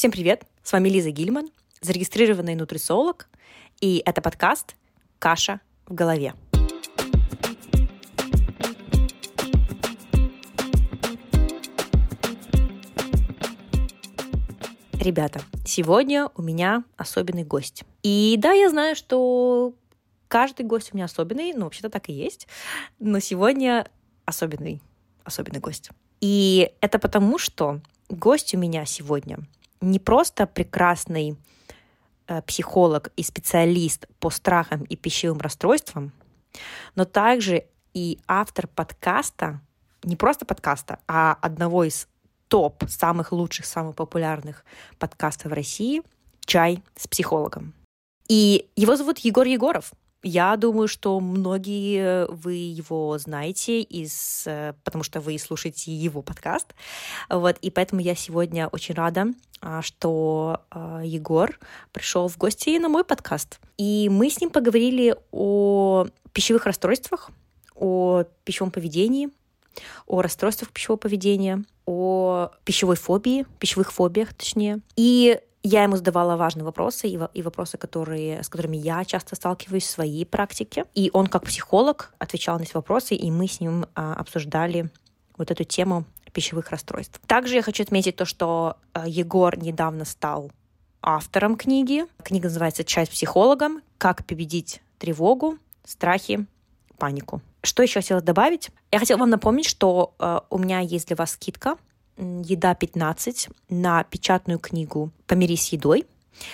Всем привет! С вами Лиза Гильман, зарегистрированный нутрициолог, и это подкаст «Каша в голове». Ребята, сегодня у меня особенный гость. И да, я знаю, что каждый гость у меня особенный, ну, вообще-то так и есть, но сегодня особенный гость. И это потому, что гость у меня сегодня не просто прекрасный психолог и специалист по страхам и пищевым расстройствам, но также и автор подкаста, не просто подкаста, а одного из топ самых лучших, самых популярных подкастов в России «Чай с психологом». И его зовут Егор Егоров. Я думаю, что многие вы его знаете, потому что вы слушаете его подкаст. Вот, и поэтому я сегодня очень рада, что Егор пришел в гости на мой подкаст. И мы с ним поговорили о пищевых расстройствах, о пищевом поведении, о расстройствах пищевого поведения, о пищевой фобии, пищевых фобиях, точнее. И я ему задавала важные вопросы, и вопросы, с которыми я часто сталкиваюсь в своей практике. И он, как психолог, отвечал на эти вопросы, и мы с ним обсуждали вот эту тему пищевых расстройств. Также я хочу отметить то, что Егор недавно стал автором книги. Книга называется «Чай с психологом. Как победить тревогу, страхи, панику». Что еще хотела добавить? Я хотела вам напомнить, что у меня есть для вас скидка «Еда 15» на печатную книгу «Помирись с едой».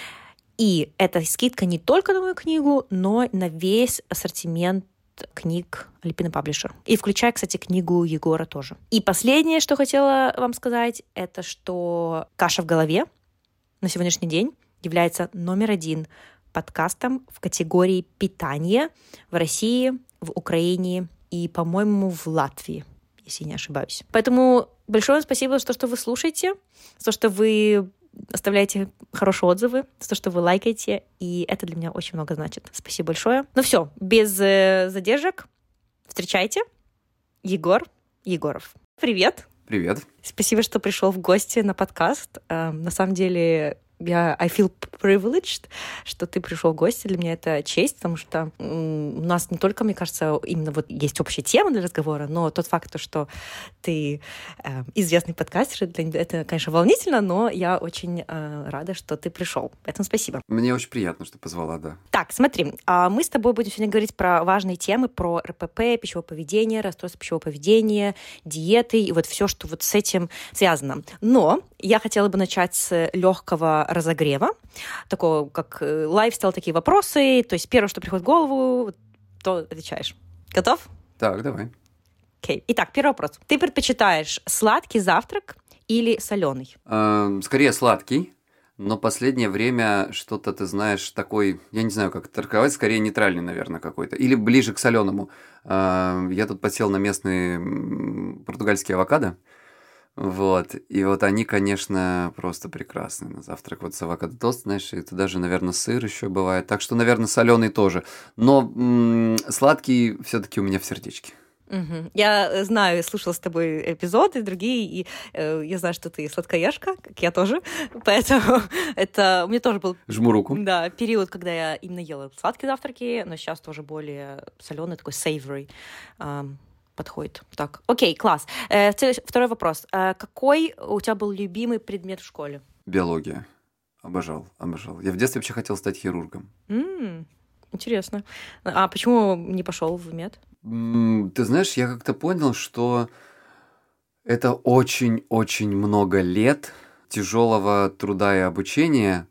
И эта скидка не только на мою книгу, но на весь ассортимент книг Alpina Publisher. И включая, кстати, книгу Егора тоже. И последнее, что хотела вам сказать, это что «Каша в голове» на сегодняшний день является номер 1 подкастом в категории питания в России, в Украине и, по-моему, в Латвии, если не ошибаюсь. Поэтому большое вам спасибо за то, что вы слушаете, за то, что вы оставляете хорошие отзывы, за то, что вы лайкаете, и это для меня очень много значит. Спасибо большое. Ну все, без задержек, встречайте, Егор Егоров. Привет. Привет. Спасибо, что пришел в гости на подкаст. На самом деле, I feel privileged, что ты пришел в гости. Для меня это честь, потому что у нас не только, мне кажется, именно вот есть общая тема для разговора, но тот факт, что ты известный подкастер, это, конечно, волнительно, но я очень рада, что ты пришел. Поэтому спасибо. Мне очень приятно, что позвала, да. Так, смотри, мы с тобой будем сегодня говорить про важные темы, про РПП, пищевое поведение, расстройство пищевого поведения, диеты и вот все, что вот с этим связано. Но я хотела бы начать с легкого разогрева, такого как лайфстайл, такие вопросы. То есть первое, что приходит в голову, то отвечаешь. Готов? Так, давай. Окей. Итак, первый вопрос. Ты предпочитаешь сладкий завтрак или соленый? Скорее сладкий, но последнее время что-то, ты знаешь, такой, я не знаю, как это торговать, скорее нейтральный, наверное, какой-то. Или ближе к соленому. Я тут подсел на местные португальские авокадо. Вот, и вот они, конечно, просто прекрасны на завтрак. Вот с авокадо-тост, знаешь, это даже, наверное, сыр еще бывает. Так что, наверное, соленый тоже. Но сладкий все-таки у меня в сердечке. Угу. Я знаю, слушала с тобой эпизоды другие, и я знаю, что ты сладкоежка, как я тоже. Поэтому это у меня тоже был... Жму руку. Да, период, когда я именно ела сладкие завтраки, но сейчас тоже более соленый, такой savory. Подходит. Так, окей, класс. Второй вопрос. Какой у тебя был любимый предмет в школе? Биология. Обожал. Я в детстве вообще хотел стать хирургом. Интересно. А почему не пошел в мед? Ты знаешь, я как-то понял, что это очень-очень много лет тяжелого труда и обучения.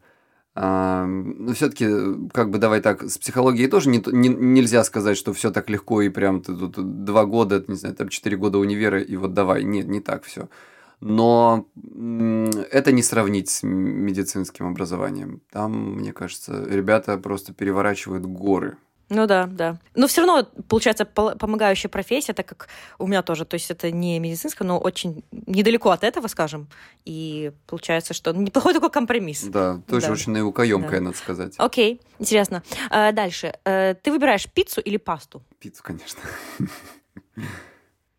Но все-таки, как бы, давай так, с психологией тоже нельзя сказать, что все так легко и прям ты тут 2 года, не знаю, там 4 года универа и вот давай. Нет, не так все. Но это не сравнить с медицинским образованием. Там, мне кажется, ребята просто переворачивают горы. Ну да. Но все равно, получается, помогающая профессия, так как у меня тоже, то есть это не медицинская, но очень недалеко от этого, скажем. И получается, что неплохой такой компромисс. Да, тоже очень наукоемкая, надо сказать. Окей, интересно. Дальше. Ты выбираешь пиццу или пасту? Пиццу, конечно.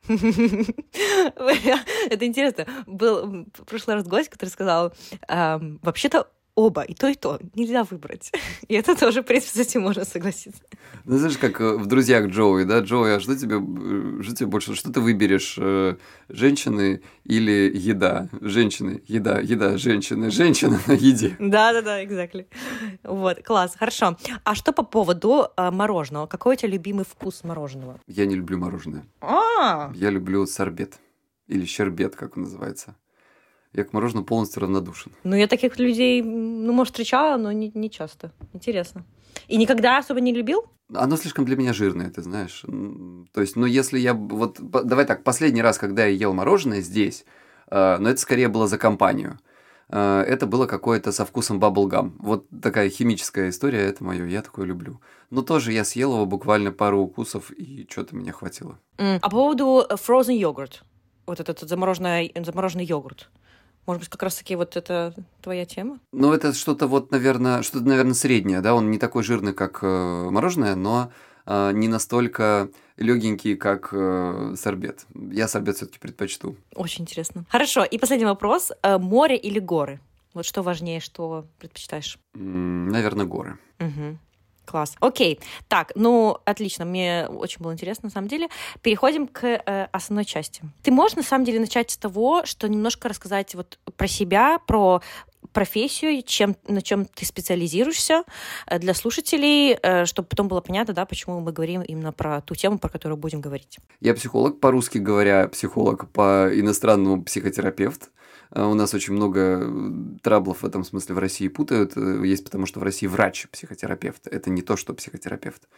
Это интересно. Был в прошлый раз гость, который сказал, вообще-то оба, и то, нельзя выбрать. И это тоже, в принципе, с этим можно согласиться. Ну, знаешь, как в «Друзьях» Джоуи, да? Джоуи, а что тебе больше? Что ты выберешь? Женщины или еда? Женщины, еда, женщины, женщина на еде. Да, exactly. Вот, класс, хорошо. А что по поводу мороженого? Какой у тебя любимый вкус мороженого? Я не люблю мороженое. Я люблю сорбет. Или щербет, как он называется. Я к мороженому полностью равнодушен. Ну, я таких людей, может, встречала, но не часто. Интересно. И никогда особо не любил? Оно слишком для меня жирное, ты знаешь. То есть, если я... Вот, давай так, последний раз, когда я ел мороженое здесь, но это скорее было за компанию. Это было какое-то со вкусом bubblegum. Вот такая химическая история, это мое, я такое люблю. Но тоже я съел его буквально пару укусов, и что-то мне хватило. А по поводу frozen yogurt, вот этот замороженный йогурт, может быть, как раз-таки вот это твоя тема? Ну, это что-то, наверное, среднее, да, он не такой жирный, как мороженое, но не настолько легенький, как сорбет. Я сорбет все-таки предпочту. Очень интересно. Хорошо, и последний вопрос. Море или горы? Вот что важнее, что предпочитаешь? Наверное, горы. Угу. Класс. Окей. Так, отлично. Мне очень было интересно, на самом деле. Переходим к основной части. Ты можешь, на самом деле, начать с того, что немножко рассказать вот про себя, про профессию, на чем ты специализируешься для слушателей, чтобы потом было понятно, да, почему мы говорим именно про ту тему, про которую будем говорить. Я психолог, по-русски говоря, психолог, по-иностранному психотерапевт. У нас очень много траблов в этом смысле в России путают. Есть потому, что в России врач-психотерапевт. Это не то, что психотерапевт.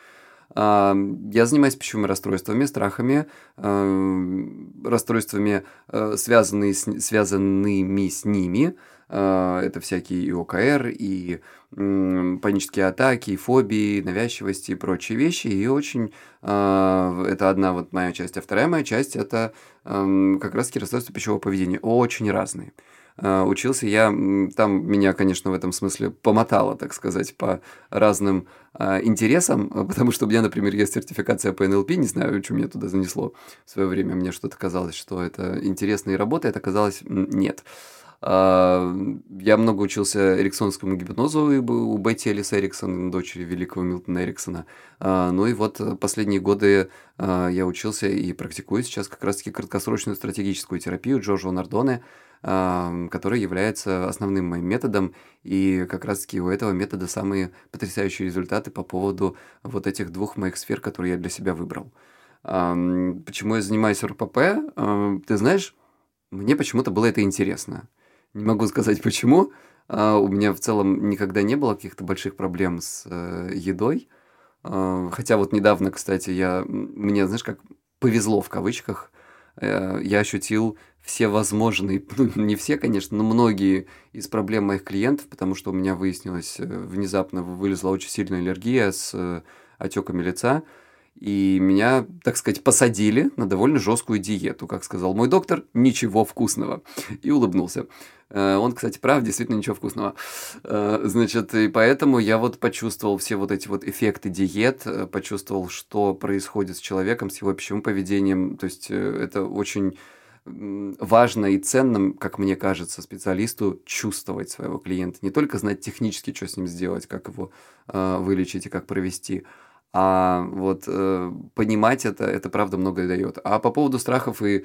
Я занимаюсь пищевыми расстройствами, страхами, расстройствами, связанными с ними. Это всякие и ОКР, и панические атаки, и фобии, навязчивости и прочие вещи. И очень... это одна вот моя часть. А вторая моя часть – это как раз-таки расстройства пищевого поведения. Очень разные. Учился я, там меня, конечно, в этом смысле помотало, так сказать, по разным интересам, потому что у меня, например, есть сертификация по НЛП, не знаю, что меня туда занесло в свое время, мне что-то казалось, что это интересно и работает, оказалось, нет. Я много учился эриксонскому гипнозу у Бетти Элис Эриксон, дочери великого Милтона Эриксона. Ну и вот последние годы я учился и практикую сейчас как раз-таки краткосрочную стратегическую терапию Джорджо Нардоне, который является основным моим методом, и как раз-таки у этого метода самые потрясающие результаты по поводу вот этих двух моих сфер, которые я для себя выбрал. Почему я занимаюсь РПП? Ты знаешь, мне почему-то было это интересно. Не могу сказать почему. У меня в целом никогда не было каких-то больших проблем с едой. Хотя вот недавно, кстати, мне, знаешь, как повезло в кавычках, я ощутил все возможные, не все, конечно, но многие из проблем моих клиентов, потому что у меня выяснилось, внезапно вылезла очень сильная аллергия с отеками лица, и меня, так сказать, посадили на довольно жесткую диету, как сказал мой доктор, ничего вкусного, и улыбнулся. Он, кстати, прав, действительно ничего вкусного. Значит, и поэтому я вот почувствовал все вот эти вот эффекты диет, почувствовал, что происходит с человеком, с его пищевым поведением, то есть это очень важно и ценно, как мне кажется, специалисту чувствовать своего клиента, не только знать технически, что с ним сделать, как его вылечить и как провести, а вот понимать это правда многое дает. А по поводу страхов и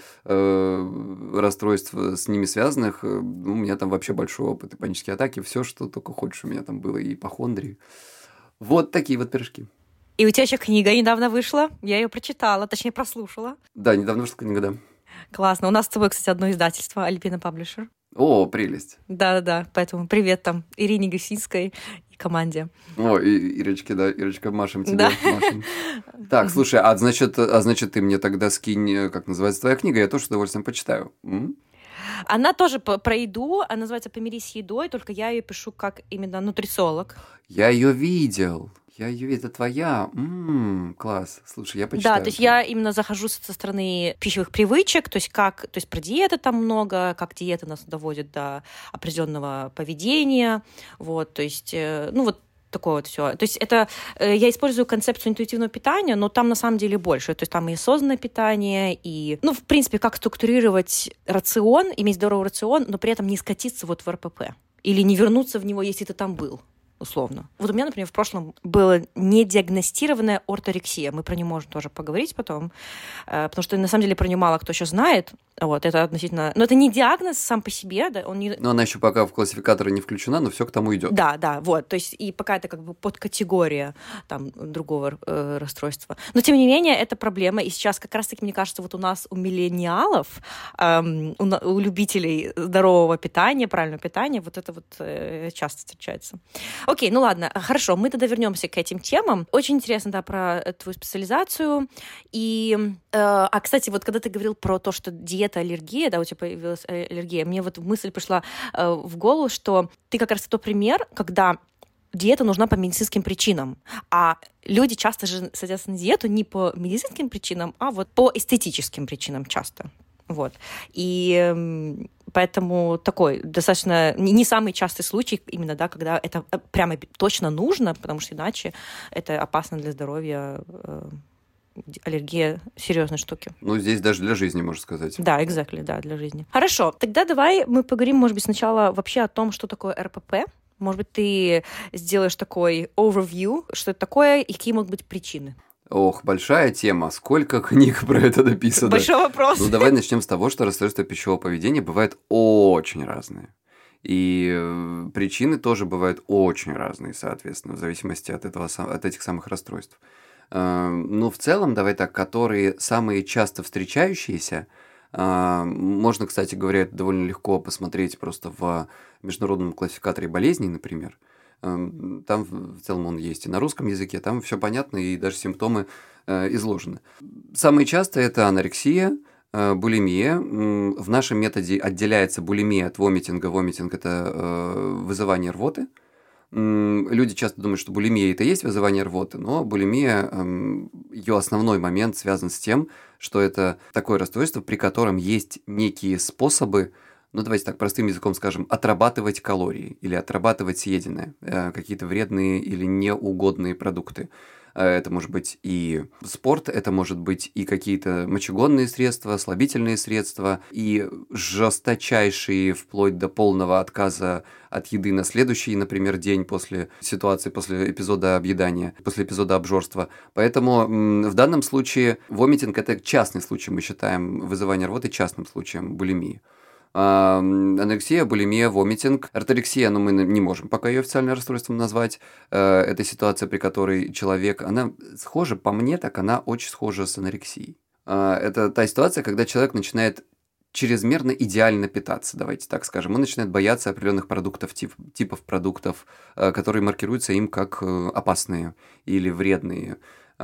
расстройств с ними связанных, у меня там вообще большой опыт. И панические атаки, все, что только хочешь, у меня там было, и ипохондрии. Вот такие вот пирожки. И у тебя еще книга недавно вышла, я ее прочитала, точнее прослушала. Да, недавно вышла книга, да. Классно. У нас с тобой, кстати, одно издательство, Альпина Паблишер. О, прелесть. Да, поэтому привет там Ирине Гасинской и команде. О, Ирочке, да, Ирочка, машем тебе. Да. Машем. Так, слушай, а значит, ты мне тогда скинь, как называется твоя книга, я тоже с удовольствием почитаю. Она тоже про еду, она называется «Помирись с едой», только я ее пишу как именно нутрициолог. Я ее видел. Это твоя. Класс. Слушай, я почитаю. Да, то есть я именно захожу со стороны пищевых привычек, то есть про диеты там много, как диеты нас доводят до определенного поведения, вот, то есть, такое вот все. То есть это я использую концепцию интуитивного питания, но там на самом деле больше. То есть там и осознанное питание, и, в принципе, как структурировать рацион, иметь здоровый рацион, но при этом не скатиться вот в РПП. Или не вернуться в него, если ты там был. Условно. Вот у меня, например, в прошлом была недиагностированная орторексия. Мы про нее можем тоже поговорить потом, потому что, на самом деле, про нее мало кто еще знает. Вот, это относительно... Но это не диагноз сам по себе, да, он не... Но она еще пока в классификаторы не включена, но все к тому идет. Да, вот, то есть и пока это как бы подкатегория там другого расстройства. Но, тем не менее, это проблема, и сейчас как раз-таки, мне кажется, вот у нас, у миллениалов, у любителей здорового питания, правильного питания, вот это вот часто встречается. Окей, ну ладно, хорошо, мы тогда вернемся к этим темам. Очень интересно, да, про твою специализацию. И, кстати, вот когда ты говорил про то, что диета, аллергия, да, у тебя появилась аллергия, мне вот мысль пришла в голову, что ты как раз тот пример, когда диета нужна по медицинским причинам, а люди часто же садятся на диету не по медицинским причинам, а вот по эстетическим причинам часто. Вот. И поэтому такой достаточно не самый частый случай именно, да, когда это прямо точно нужно, потому что иначе это опасно для здоровья. Аллергия — серьезные штуки. Ну, здесь даже для жизни, можно сказать. Да, exactly, да, для жизни. Хорошо, тогда давай мы поговорим, может быть, сначала вообще о том, что такое РПП. Может быть, ты сделаешь такой overview, что это такое и какие могут быть причины. Ох, большая тема. Сколько книг про это написано? Большой вопрос. Ну, давай начнем с того, что расстройства пищевого поведения бывают очень разные. И причины тоже бывают очень разные, соответственно, в зависимости от этих самых расстройств. Ну, в целом, давай так, которые самые часто встречающиеся, можно, кстати говоря, это довольно легко посмотреть просто в международном классификаторе болезней, например. Там в целом он есть и на русском языке, там все понятно, и даже симптомы изложены. Самые частые это анорексия, булимия. В нашем методе отделяется булимия от вомитинга. Вомитинг – это вызывание рвоты. Люди часто думают, что булимия – это и есть вызывание рвоты, но булимия, ее основной момент связан с тем, что это такое расстройство, при котором есть некие способы, ну давайте так простым языком скажем, отрабатывать калории или отрабатывать съеденное, какие-то вредные или неугодные продукты. Это может быть и спорт, это может быть и какие-то мочегонные средства, слабительные средства, и жесточайшие, вплоть до полного отказа от еды на следующий, например, день после ситуации, после эпизода объедания, после эпизода обжорства. Поэтому в данном случае вомитинг – это частный случай, мы считаем вызывание рвоты частным случаем булимии. Анорексия, булимия, вомитинг. Орторексия, но мы не можем пока ее официальным расстройством назвать. Это ситуация, при которой человек, она схожа, по мне так, она очень схожа с анорексией. Это та ситуация, когда человек начинает чрезмерно идеально питаться, давайте так скажем. Он начинает бояться определенных продуктов, типов продуктов, которые маркируются им как опасные или вредные.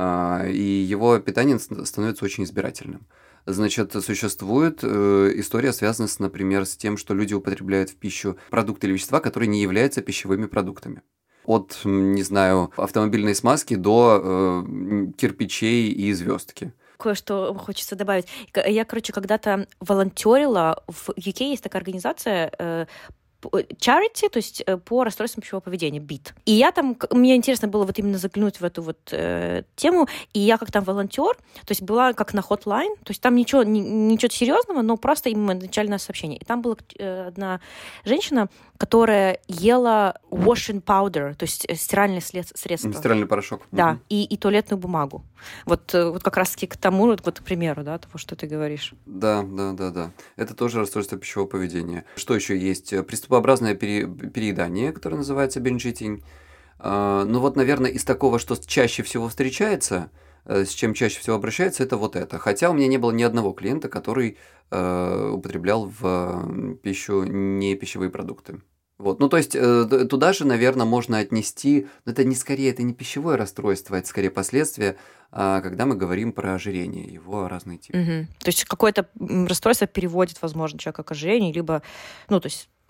И его питание становится очень избирательным. Значит, существует история, связанная, например, с тем, что люди употребляют в пищу продукты или вещества, которые не являются пищевыми продуктами. От, не знаю, автомобильной смазки до кирпичей и звездки. Кое-что хочется добавить. Я, когда-то волонтерила в UK, есть такая организация charity, то есть по расстройствам пищевого поведения, BIT. И я там, мне интересно было вот именно заглянуть в эту вот тему, и я как там волонтер, то есть была как на hotline, то есть там ничего серьезного, но просто именно начальное сообщение. И там была одна женщина, которая ела washing powder, то есть стиральное средство. Стиральный порошок. Да, и туалетную бумагу. Вот как раз-таки к тому, вот к примеру, да, того, что ты говоришь. Да. Это тоже расстройство пищевого поведения. Что еще есть? Приступообразное переедание, которое называется binge-eating. Ну вот, наверное, из такого, что чаще всего встречается, с чем чаще всего обращается, это вот это. Хотя у меня не было ни одного клиента, который употреблял в пищу не пищевые продукты. Вот. Ну, то есть, туда же, наверное, можно отнести, но это не пищевое расстройство, это скорее последствия, когда мы говорим про ожирение, его разные типы. Угу. То есть, какое-то расстройство переводит, возможно, человека к ожирению, либо, ну, то есть,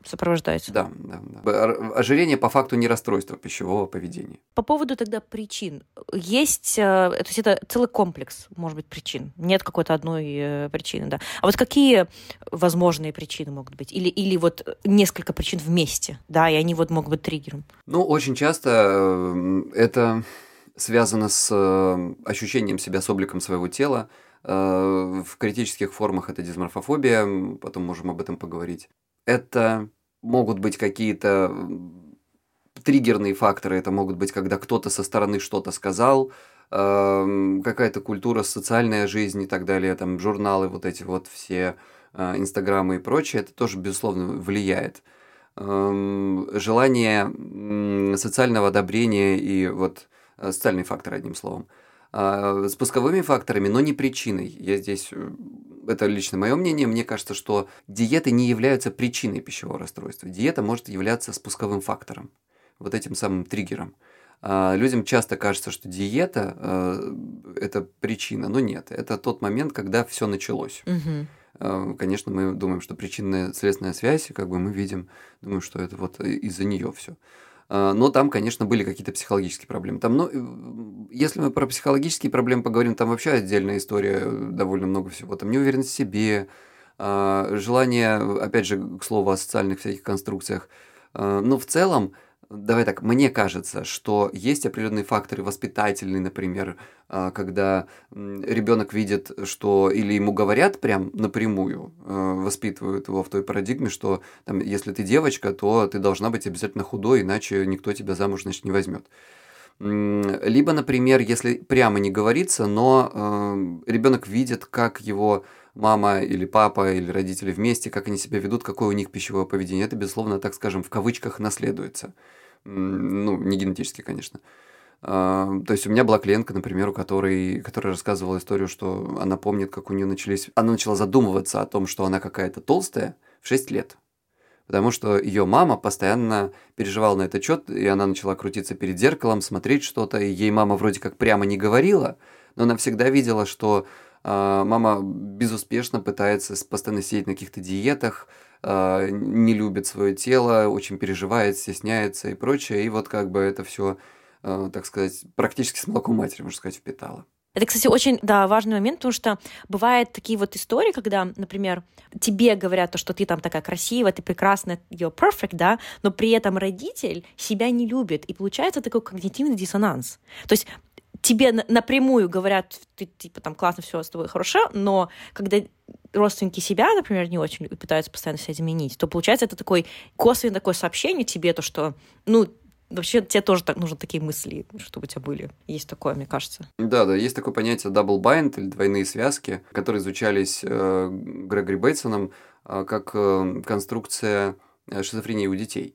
сопровождается. Да. Ожирение по факту не расстройство пищевого поведения. По поводу тогда причин. Есть, то есть это целый комплекс, может быть, причин. Нет какой-то одной причины, да. А вот какие возможные причины могут быть? Или вот несколько причин вместе, да, и они вот могут быть триггером? Ну, очень часто это связано с ощущением себя с обликом своего тела. В критических формах это дисморфофобия, потом можем об этом поговорить. Это могут быть какие-то триггерные факторы, это могут быть, когда кто-то со стороны что-то сказал, какая-то культура, социальная жизнь и так далее, там журналы, вот эти вот все, инстаграмы и прочее, это тоже, безусловно, влияет. Желание социального одобрения и вот социальный фактор, одним словом. Спусковыми факторами, но не причиной. Я здесь, это лично мое мнение, мне кажется, что диеты не являются причиной пищевого расстройства. Диета может являться спусковым фактором, вот этим самым триггером. Людям часто кажется, что диета это причина, но нет, это тот момент, когда все началось. Конечно, мы думаем, что причинно-следственная связь, как бы мы видим, думаем, что это вот из-за нее все. Но там, конечно, были какие-то психологические проблемы. Там, ну, если мы про психологические проблемы поговорим, там вообще отдельная история, довольно много всего. Там неуверенность в себе, желание, опять же, к слову о социальных всяких конструкциях. Но в целом, давай так, мне кажется, что есть определенные факторы воспитательные, например, когда ребенок видит, что или ему говорят прям напрямую, воспитывают его в той парадигме, что там, если ты девочка, то ты должна быть обязательно худой, иначе никто тебя замуж, значит, не возьмет. Либо, например, если прямо не говорится, но ребенок видит, как его мама или папа или родители вместе, как они себя ведут, какое у них пищевое поведение. Это, безусловно, так скажем, в кавычках наследуется. Ну, не генетически, конечно. То есть у меня была клиентка, например, которая рассказывала историю, что она помнит, как у нее она начала задумываться о том, что она какая-то толстая в 6 лет. Потому что ее мама постоянно переживала на этот счет, и она начала крутиться перед зеркалом, смотреть что-то, и ей мама вроде как прямо не говорила, но она всегда видела, что мама безуспешно пытается постоянно сидеть на каких-то диетах, не любит свое тело, очень переживает, стесняется и прочее. И вот как бы это все, так сказать, практически с молоком матери, можно сказать, впитала. Это, кстати, очень, да, важный момент, потому что бывают такие вот истории, когда, например, тебе говорят, что ты там такая красивая, ты прекрасная, you're perfect, да, но при этом родитель себя не любит, и получается такой когнитивный диссонанс. То есть тебе напрямую говорят, ты типа там классно, все с тобой хорошо, но когда родственники себя, например, не очень пытаются постоянно себя изменить, то получается это такой косвенное такое сообщение тебе, то что, ну, вообще тебе тоже так нужны такие мысли, чтобы у тебя были. Есть такое, мне кажется. Да, есть такое понятие double bind или двойные связки, которые изучались Грегори Бейтсоном как конструкция шизофрении у детей.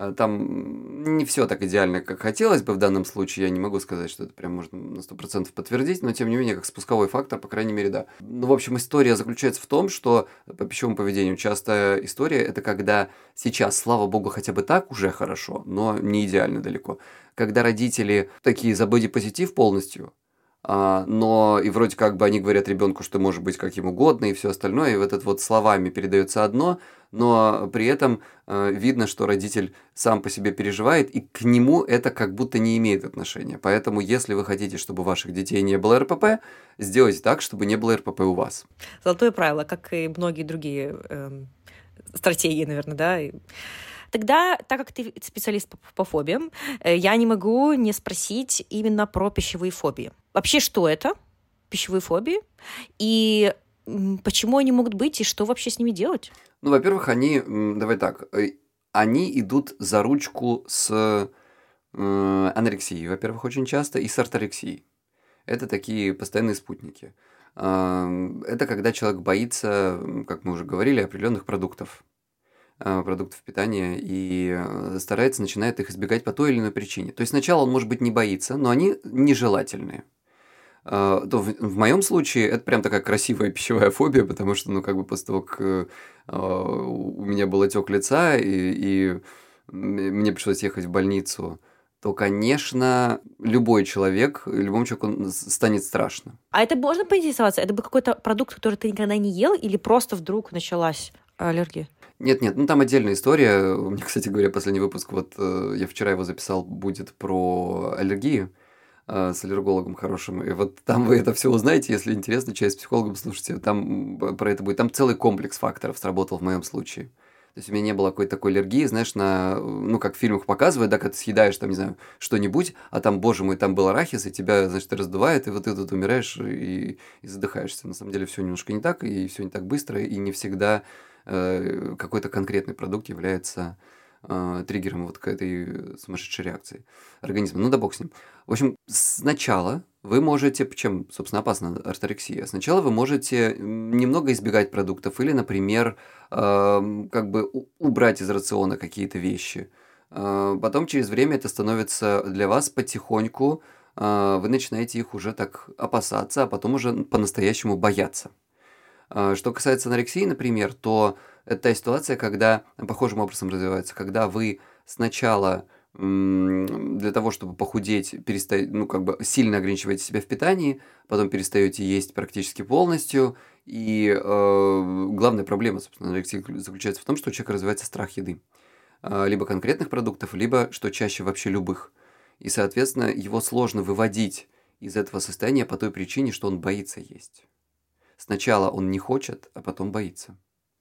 Там не все так идеально, как хотелось бы в данном случае. Я не могу сказать, что это прям можно на 100% подтвердить, но тем не менее, как спусковой фактор, по крайней мере, да. Ну, в общем, история заключается в том, что по пищевому поведению часто история – это когда сейчас, слава богу, хотя бы так уже хорошо, но не идеально далеко. Когда родители такие за бодипозитив полностью, но и вроде как бы они говорят ребенку, что может быть каким угодно и все остальное, и вот это вот словами передается одно, но при этом видно, что родитель сам по себе переживает, и к нему это как будто не имеет отношения. Поэтому, если вы хотите, чтобы у ваших детей не было РПП, сделайте так, чтобы не было РПП у вас. Золотое правило, как и многие другие стратегии, наверное, да. Тогда, так как ты специалист по фобиям, я не могу не спросить именно про пищевые фобии. Вообще, что это пищевые фобии? И почему они могут быть, и что вообще с ними делать? Ну, во-первых, они идут за ручку с анорексией, во-первых, очень часто, и с орторексией. Это такие постоянные спутники. Это когда человек боится, как мы уже говорили, определенных продуктов питания и начинает их избегать по той или иной причине. То есть сначала он, может быть, не боится, но они нежелательные. То в моем случае это прям такая красивая пищевая фобия, потому что, ну, как бы после того, как у меня был отек лица, и мне пришлось ехать в больницу, то, конечно, любому человеку станет страшно. А это можно поинтересоваться? Это был какой-то продукт, который ты никогда не ел, или просто вдруг началась аллергия? Нет, ну там отдельная история. У меня, кстати говоря, последний выпуск, вот я вчера его записал, будет про аллергии с аллергологом хорошим. И вот там вы это все узнаете, если интересно, часть с психологом слушайте. Там про это будет. Там целый комплекс факторов сработал в моем случае. То есть у меня не было какой-то такой аллергии, знаешь, ну, как в фильмах показывают, да, когда ты съедаешь, там, не знаю, что-нибудь, а там, боже мой, там был арахис, и тебя, значит, раздувает, и вот ты тут умираешь и задыхаешься. На самом деле все немножко не так, и все не так быстро, и не всегда какой-то конкретный продукт является триггером вот к этой сумасшедшей реакции организма. Ну да бог с ним. В общем, сначала вы можете, чем, собственно, опасна орторексия, сначала вы можете немного избегать продуктов или, например, как бы убрать из рациона какие-то вещи. Потом через время это становится для вас потихоньку, вы начинаете их уже так опасаться, а потом уже по-настоящему бояться. Что касается анорексии, например, то это та ситуация, когда похожим образом развивается, когда вы сначала для того, чтобы похудеть, ну, как бы сильно ограничиваете себя в питании, потом перестаете есть практически полностью, и главная проблема, собственно, анорексии заключается в том, что у человека развивается страх еды. Либо конкретных продуктов, либо, что чаще, вообще любых. И, соответственно, его сложно выводить из этого состояния по той причине, что он боится есть. Сначала он не хочет, а потом боится.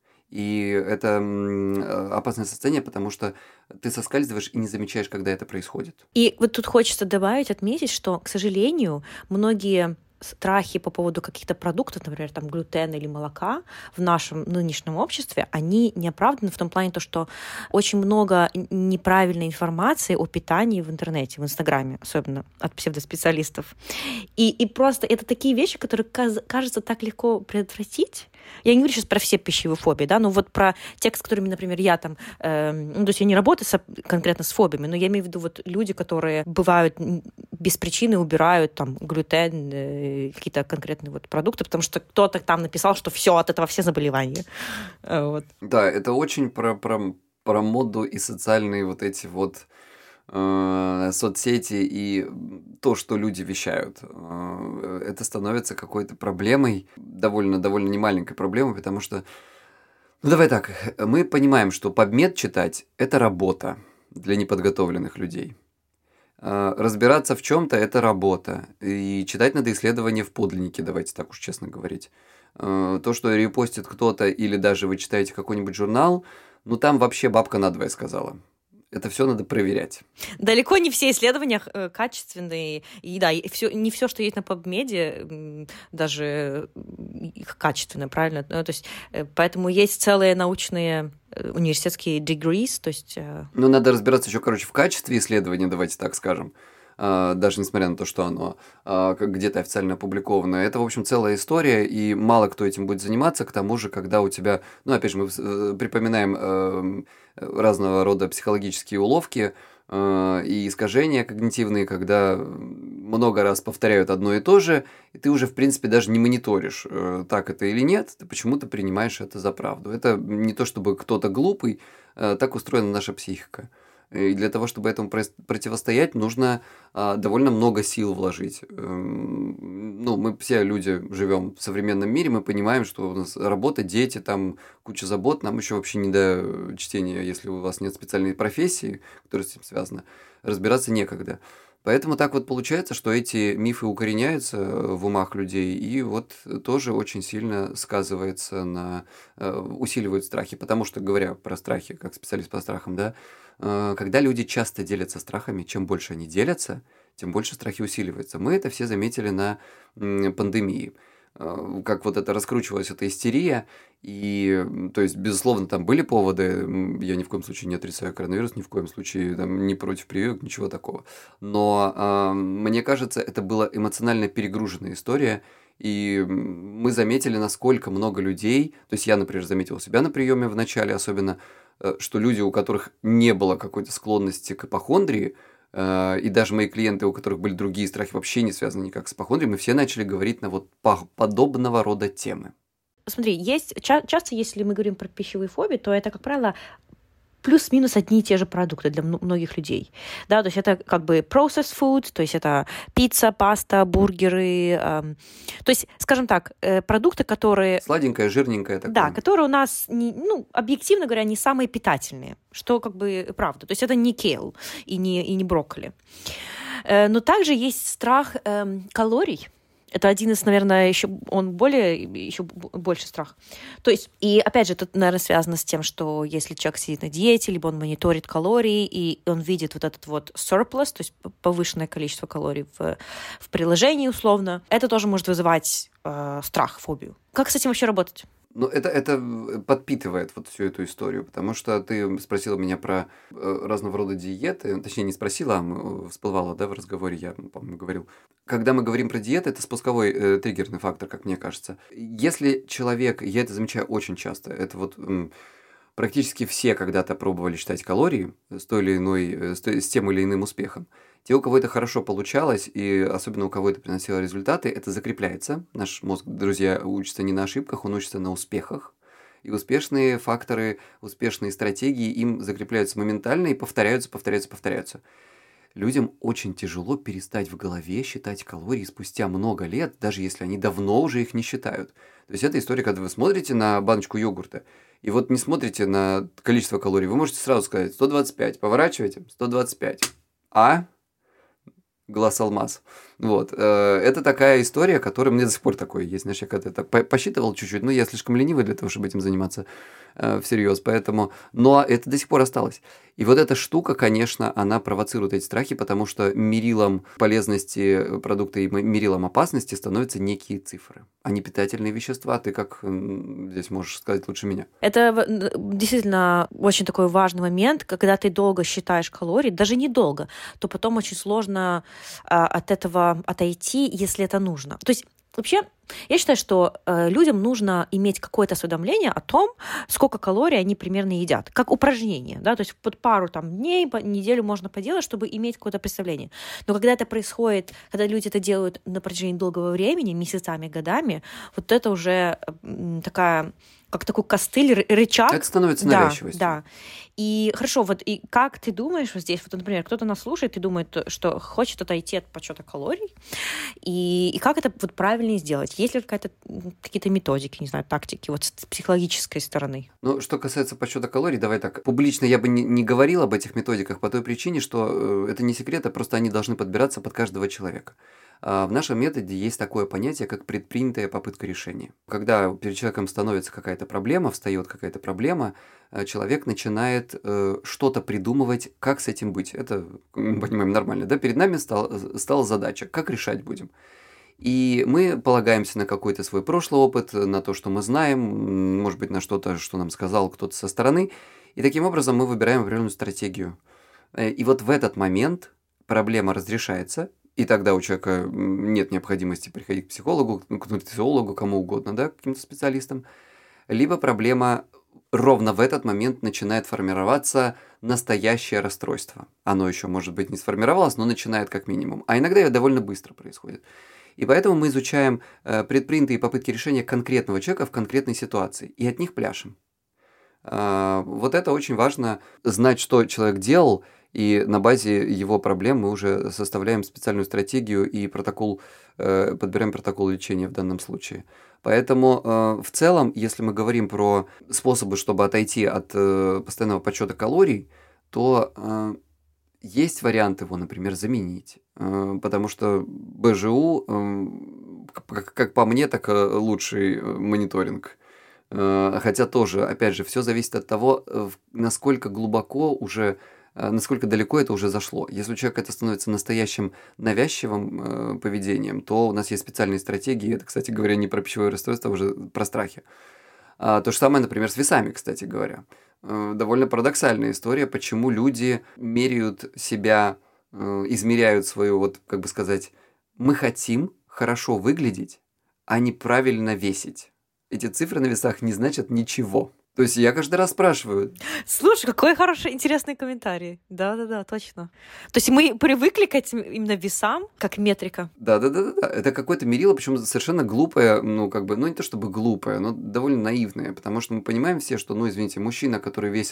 И это опасное состояние, потому что ты соскальзываешь и не замечаешь, когда это происходит. И вот тут хочется добавить, отметить, что, к сожалению, многие страхи по поводу каких-то продуктов, например, там глютена или молока в нашем нынешнем обществе, они не оправданы в том плане, то, что очень много неправильной информации о питании в интернете, в Инстаграме, особенно от псевдоспециалистов. И просто это такие вещи, которые, кажется, так легко предотвратить. Я не говорю сейчас про все пищевые фобии, да, но вот про те, с которыми, например, я там, ну, то есть я не работаю конкретно с фобиями, но я имею в виду вот люди, которые бывают без причины убирают там глютен, какие-то конкретные вот продукты, потому что кто-то там написал, что все от этого все заболевания. Вот. Да, это очень про моду и социальные вот эти вот соцсети и то, что люди вещают. Это становится какой-то проблемой, довольно немаленькой проблемой, потому что, ну давай так, мы понимаем, что PubMed читать – это работа для неподготовленных людей. Разбираться в чем-то – это работа. И читать надо исследования в подлиннике, давайте так уж честно говорить. То, что репостит кто-то или даже вы читаете какой-нибудь журнал, ну там вообще бабка надвое сказала. Это все надо проверять. Далеко не все исследования качественные. И да, не все, что есть на PubMed, даже качественное, правильно? Ну, то есть, поэтому есть целые научные университетские degrees, то есть... Ну, надо разбираться еще, в качестве исследования, давайте так скажем. Даже несмотря на то, что оно где-то официально опубликовано. Это, в общем, целая история, и мало кто этим будет заниматься. К тому же, когда у тебя... Ну, опять же, мы припоминаем разного рода психологические уловки и искажения когнитивные, когда много раз повторяют одно и то же, и ты уже, в принципе, даже не мониторишь, так это или нет, ты почему-то принимаешь это за правду. Это не то, чтобы кто-то глупый, так устроена наша психика. И для того, чтобы этому противостоять, нужно довольно много сил вложить. Ну, мы все люди живем в современном мире, мы понимаем, что у нас работа, дети, там куча забот, нам еще вообще не до чтения, если у вас нет специальной профессии, которая с этим связана, разбираться некогда. Поэтому так вот получается, что эти мифы укореняются в умах людей и вот тоже очень сильно сказывается усиливают страхи. Потому что, говоря про страхи, как специалист по страхам, да, когда люди часто делятся страхами, чем больше они делятся, тем больше страхи усиливаются. Мы это все заметили на пандемии. Как вот это раскручивалась эта истерия, и, то есть, безусловно, там были поводы, я ни в коем случае не отрицаю коронавирус, ни в коем случае там, не против прививок, ничего такого, но мне кажется, это была эмоционально перегруженная история, и мы заметили, насколько много людей, то есть я, например, заметил у себя на приеме в начале особенно, что люди, у которых не было какой-то склонности к ипохондрии, и даже мои клиенты, у которых были другие страхи, вообще не связаны никак с ипохондрией, мы все начали говорить на вот подобного рода темы. Смотри, часто, если мы говорим про пищевые фобии, то это, как правило, плюс-минус одни и те же продукты для многих людей. Да, то есть это как бы processed food, то есть это пицца, паста, бургеры. То есть, скажем так, продукты, которые... Сладенькое, жирненькое такое. Да, которые у нас, объективно говоря, не самые питательные, что как бы правда. То есть это не кейл и не брокколи. Но также есть страх калорий. Это один из, наверное, еще больше страх. То есть, и опять же, это, наверное, связано с тем, что если человек сидит на диете, либо он мониторит калории, и он видит вот этот вот surplus, то есть повышенное количество калорий в приложении условно, это тоже может вызывать страх, фобию. Как с этим вообще работать? Ну, это подпитывает вот всю эту историю, потому что ты спросила меня про разного рода диеты, точнее, не спросила, а всплывала, да, в разговоре, я, по-моему, говорил. Когда мы говорим про диеты, это спусковой триггерный фактор, как мне кажется. Если человек, я это замечаю очень часто, это вот практически все когда-то пробовали считать калории с тем или иным успехом. Те, у кого это хорошо получалось, и особенно у кого это приносило результаты, это закрепляется. Наш мозг, друзья, учится не на ошибках, он учится на успехах. И успешные факторы, успешные стратегии им закрепляются моментально и повторяются. Людям очень тяжело перестать в голове считать калории спустя много лет, даже если они давно уже их не считают. То есть это история, когда вы смотрите на баночку йогурта, и вот не смотрите на количество калорий, вы можете сразу сказать 125, поворачиваете, 125. Глаз алмаз. Вот. Это такая история, которая мне до сих пор такой есть. Знаешь, я когда-то посчитывал чуть-чуть, но я слишком ленивый для того, чтобы этим заниматься всерьез, поэтому... Но это до сих пор осталось. И вот эта штука, конечно, она провоцирует эти страхи, потому что мерилом полезности продукта и мерилом опасности становятся некие цифры, а не питательные вещества. Ты как здесь можешь сказать лучше меня? Это действительно очень такой важный момент, когда ты долго считаешь калории, даже недолго, то потом очень сложно от этого отойти, если это нужно. То есть вообще, я считаю, что людям нужно иметь какое-то осведомление о том, сколько калорий они примерно едят, как упражнение, да, то есть под пару дней, неделю можно поделать, чтобы иметь какое-то представление. Но когда это происходит, когда люди это делают на протяжении долгого времени, месяцами, годами, вот это уже такой костыль, рычаг. Это становится навязчивостью. Да. И хорошо, вот и как ты думаешь вот здесь, вот, например, кто-то нас слушает и думает, что хочет отойти от подсчета калорий, и как это вот правильно сделать? Есть ли какие-то методики, не знаю, тактики вот с психологической стороны? Ну, что касается подсчета калорий, давай так. Публично я бы не говорил об этих методиках по той причине, что это не секрет, а просто они должны подбираться под каждого человека. В нашем методе есть такое понятие, как предпринятая попытка решения. Когда перед человеком становится какая-то проблема, встает какая-то проблема, человек начинает что-то придумывать, как с этим быть. Это, мы понимаем, нормально. Да? Перед нами стала задача, как решать будем. И мы полагаемся на какой-то свой прошлый опыт, на то, что мы знаем, может быть, на что-то, что нам сказал кто-то со стороны. И таким образом мы выбираем определенную стратегию. И вот в этот момент проблема разрешается, и тогда у человека нет необходимости приходить к психологу, к нутрициологу, кому угодно, да, к каким-то специалистам. Либо проблема ровно в этот момент начинает формироваться настоящее расстройство. Оно еще, может быть, не сформировалось, но начинает как минимум. А иногда это довольно быстро происходит. И поэтому мы изучаем предпринятые попытки решения конкретного человека в конкретной ситуации. И от них пляшем. Вот это очень важно, знать, что человек делал, и на базе его проблем мы уже составляем специальную стратегию и подбираем протокол лечения в данном случае. Поэтому в целом, если мы говорим про способы, чтобы отойти от постоянного подсчета калорий, то есть вариант его, например, заменить. Потому что БЖУ, как по мне, так лучший мониторинг. Хотя тоже, опять же, все зависит от того, насколько далеко это уже зашло. Если у человека это становится настоящим навязчивым поведением, то у нас есть специальные стратегии. Это, кстати говоря, не про пищевое расстройство, а уже про страхи. То же самое, например, с весами, кстати говоря. Довольно парадоксальная история, почему люди меряют себя, измеряют свою, вот, как бы сказать, мы хотим хорошо выглядеть, а не правильно весить. Эти цифры на весах не значат ничего. То есть я каждый раз спрашиваю. Слушай, какой хороший, интересный комментарий. Да, точно. То есть мы привыкли к этим именно весам, как метрика. Да. Это какое-то мерило, причем совершенно глупое, не то чтобы глупое, но довольно наивное, потому что мы понимаем все, что, извините, мужчина, который весит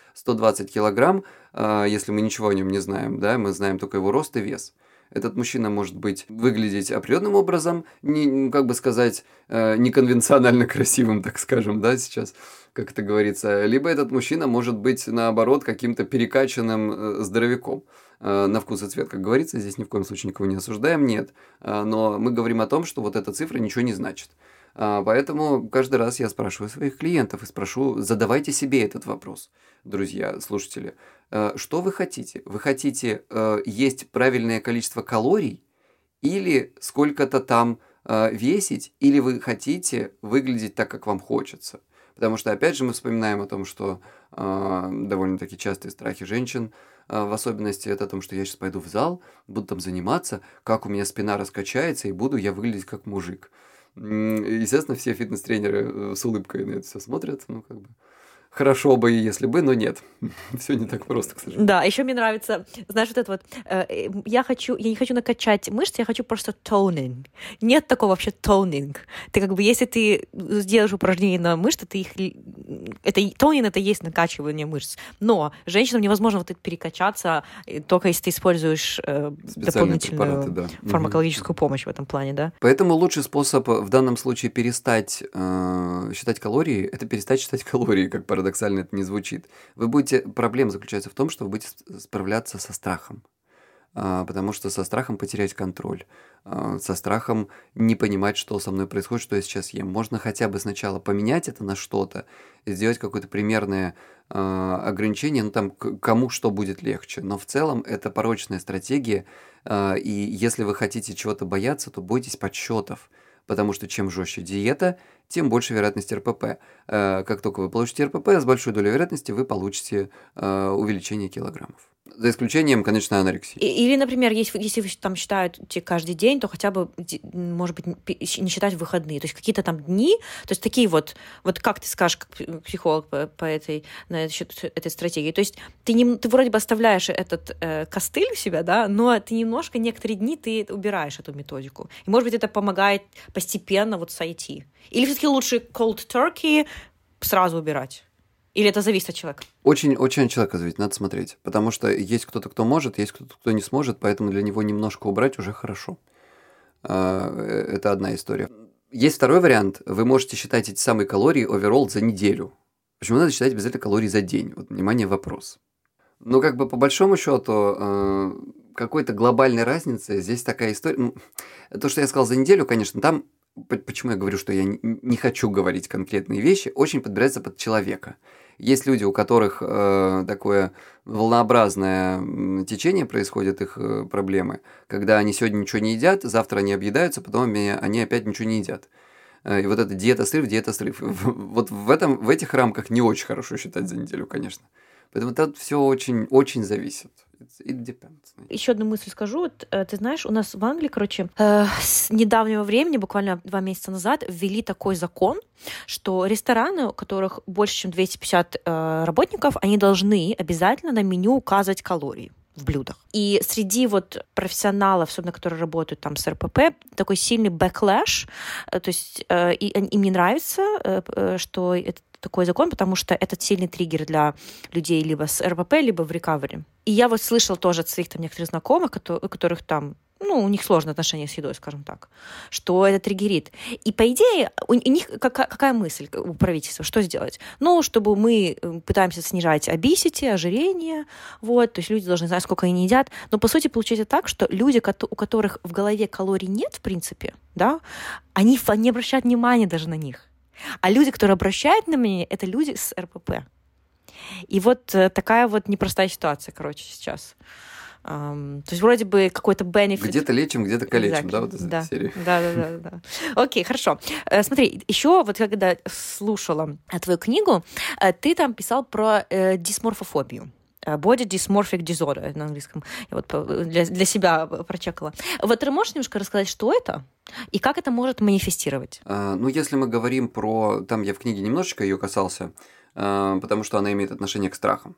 120 килограмм, если мы ничего о нем не знаем, да, мы знаем только его рост и вес. Этот мужчина может быть выглядеть определенным образом, как бы сказать, неконвенционально красивым, так скажем, да, сейчас, как это говорится. Либо этот мужчина может быть, наоборот, каким-то перекачанным здоровяком. На вкус и цвет, как говорится, здесь ни в коем случае никого не осуждаем, нет. Но мы говорим о том, что вот эта цифра ничего не значит. Поэтому каждый раз я спрашиваю своих клиентов и спрошу, задавайте себе этот вопрос, друзья, слушатели. Что вы хотите? Вы хотите есть правильное количество калорий или сколько-то там весить, или вы хотите выглядеть так, как вам хочется? Потому что, опять же, мы вспоминаем о том, что довольно-таки частые страхи женщин, в особенности это о том, что я сейчас пойду в зал, буду там заниматься, как у меня спина раскачается, и буду я выглядеть как мужик. Естественно, все фитнес-тренеры с улыбкой на это все смотрят, ну, как бы, хорошо бы, если бы, но нет. Все не так просто, к сожалению. Да, еще мне нравится, знаешь, вот это вот, я не хочу накачать мышцы, я хочу просто тонинг. Нет такого вообще тонинг. Ты как бы, если ты сделаешь упражнения на мышцы, ты их... Тонинг — это и есть накачивание мышц. Но женщинам невозможно вот это перекачаться, только если ты используешь дополнительную фармакологическую помощь в этом плане, да? Поэтому лучший способ в данном случае перестать считать калории, это перестать считать калории, как парадоксально это не звучит. Проблема заключается в том, что вы будете справляться со страхом. Потому что со страхом потерять контроль, со страхом не понимать, что со мной происходит, что я сейчас ем. Можно хотя бы сначала поменять это на что-то, сделать какое-то примерное ограничение, ну там кому что будет легче. Но в целом это порочная стратегия, и если вы хотите чего-то бояться, то бойтесь подсчетов. Потому что чем жестче диета, тем больше вероятность РПП. Как только вы получите РПП, с большой долей вероятности вы получите увеличение килограммов. За исключением, конечно, анорексии. Или, например, если вы там считаете каждый день, то хотя бы, может быть, не считать выходные. То есть какие-то там дни, то есть такие вот как ты скажешь, как психолог по этой стратегии. То есть ты вроде бы оставляешь этот костыль у себя, да, но ты немножко, некоторые дни ты убираешь эту методику. И, может быть, это помогает постепенно вот сойти. Или все-таки лучше cold turkey сразу убирать? Или это зависит от человека? Очень от человека зависит, надо смотреть. Потому что есть кто-то, кто может, есть кто-то, кто не сможет, поэтому для него немножко убрать уже хорошо. Это одна история. Есть второй вариант. Вы можете считать эти самые калории оверолл за неделю. Почему надо считать обязательно калории за день? Вот, внимание, вопрос. Но как бы по большому счету какой-то глобальной разницы здесь такая история. То, что я сказал за неделю, конечно, там, почему я говорю, что я не хочу говорить конкретные вещи, очень подбирается под человека. Есть люди, у которых такое волнообразное течение происходит, их проблемы, когда они сегодня ничего не едят, завтра они объедаются, потом они опять ничего не едят. И вот это диета-срыв. Вот в этих рамках не очень хорошо считать за неделю, конечно. Поэтому тут все очень зависит. It depends. Еще одну мысль скажу. Ты знаешь, у нас в Англии, с недавнего времени, буквально 2 месяца назад, ввели такой закон, что рестораны, у которых больше, чем 250 работников, они должны обязательно на меню указывать калории в блюдах. И среди вот профессионалов, особенно которые работают там с РПП, такой сильный backlash, то есть им не нравится, что это такой закон, потому что это сильный триггер для людей либо с РПП, либо в рекавери. И я вот слышала тоже от своих там некоторых знакомых, у которых там, у них сложные отношения с едой, скажем так, что это триггерит. И по идее, у них какая мысль у правительства, что сделать? Чтобы мы пытаемся снижать obesity, ожирение, вот, то есть люди должны знать, сколько они едят, но по сути получается так, что люди, у которых в голове калорий нет, в принципе, да, они не обращают внимания даже на них. А люди, которые обращают внимание, это люди с РПП. И вот такая вот непростая ситуация, сейчас. То есть вроде бы какой-то benefit. Где-то лечим, где-то калечим, да, вот из этой серии. Да. Окей, хорошо. Смотри, еще вот когда слушала твою книгу, ты там писал про дисморфофобию. Body dysmorphic disorder на английском. Я вот для себя прочекала. Вот ты можешь немножко рассказать, что это и как это может манифестировать? Если мы говорим про... Там я в книге немножечко ее касался, потому что она имеет отношение к страхам.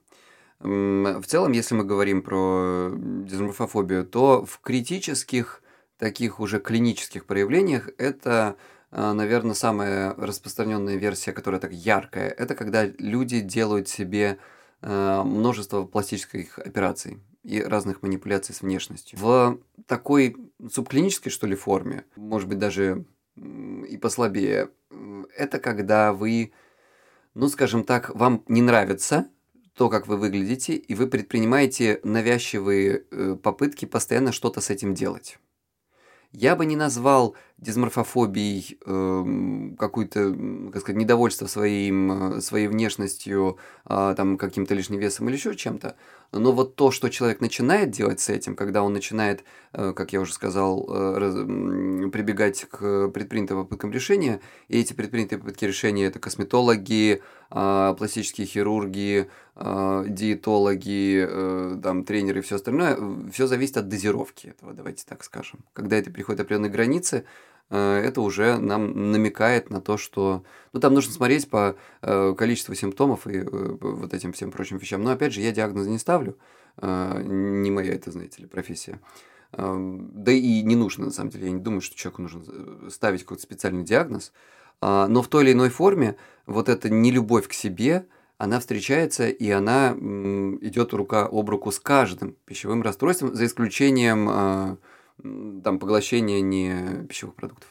В целом, если мы говорим про дисморфофобию, то в критических, таких уже клинических проявлениях это, наверное, самая распространенная версия, которая так яркая. Это когда люди делают себе множество пластических операций и разных манипуляций с внешностью. В такой субклинической, что ли, форме, может быть, даже и послабее, это когда вы, ну, скажем так, вам не нравится то, как вы выглядите, и вы предпринимаете навязчивые попытки постоянно что-то с этим делать. Я бы не назвал дисморфофобией какое-то, как сказать, недовольство своей внешностью, там, каким-то лишним весом или еще чем-то. Но вот то, что человек начинает делать с этим, когда он начинает, как я уже сказал, прибегать к предпринятым попыткам решения, и эти предпринятые попытки решения – это косметологи, пластические хирурги, диетологи, там, тренеры и все остальное, все зависит от дозировки этого, давайте так скажем. Когда это приходит к определенной границе, это уже нам намекает на то, что... Ну, там нужно смотреть по количеству симптомов и вот этим всем прочим вещам. Но, опять же, я диагнозы не ставлю. Не моя это, знаете ли, профессия. Да и не нужно, на самом деле. Я не думаю, что человеку нужно ставить какой-то специальный диагноз. Но в той или иной форме вот эта нелюбовь к себе, она встречается, и она идет рука об руку с каждым пищевым расстройством, за исключением там, поглощения не пищевых продуктов.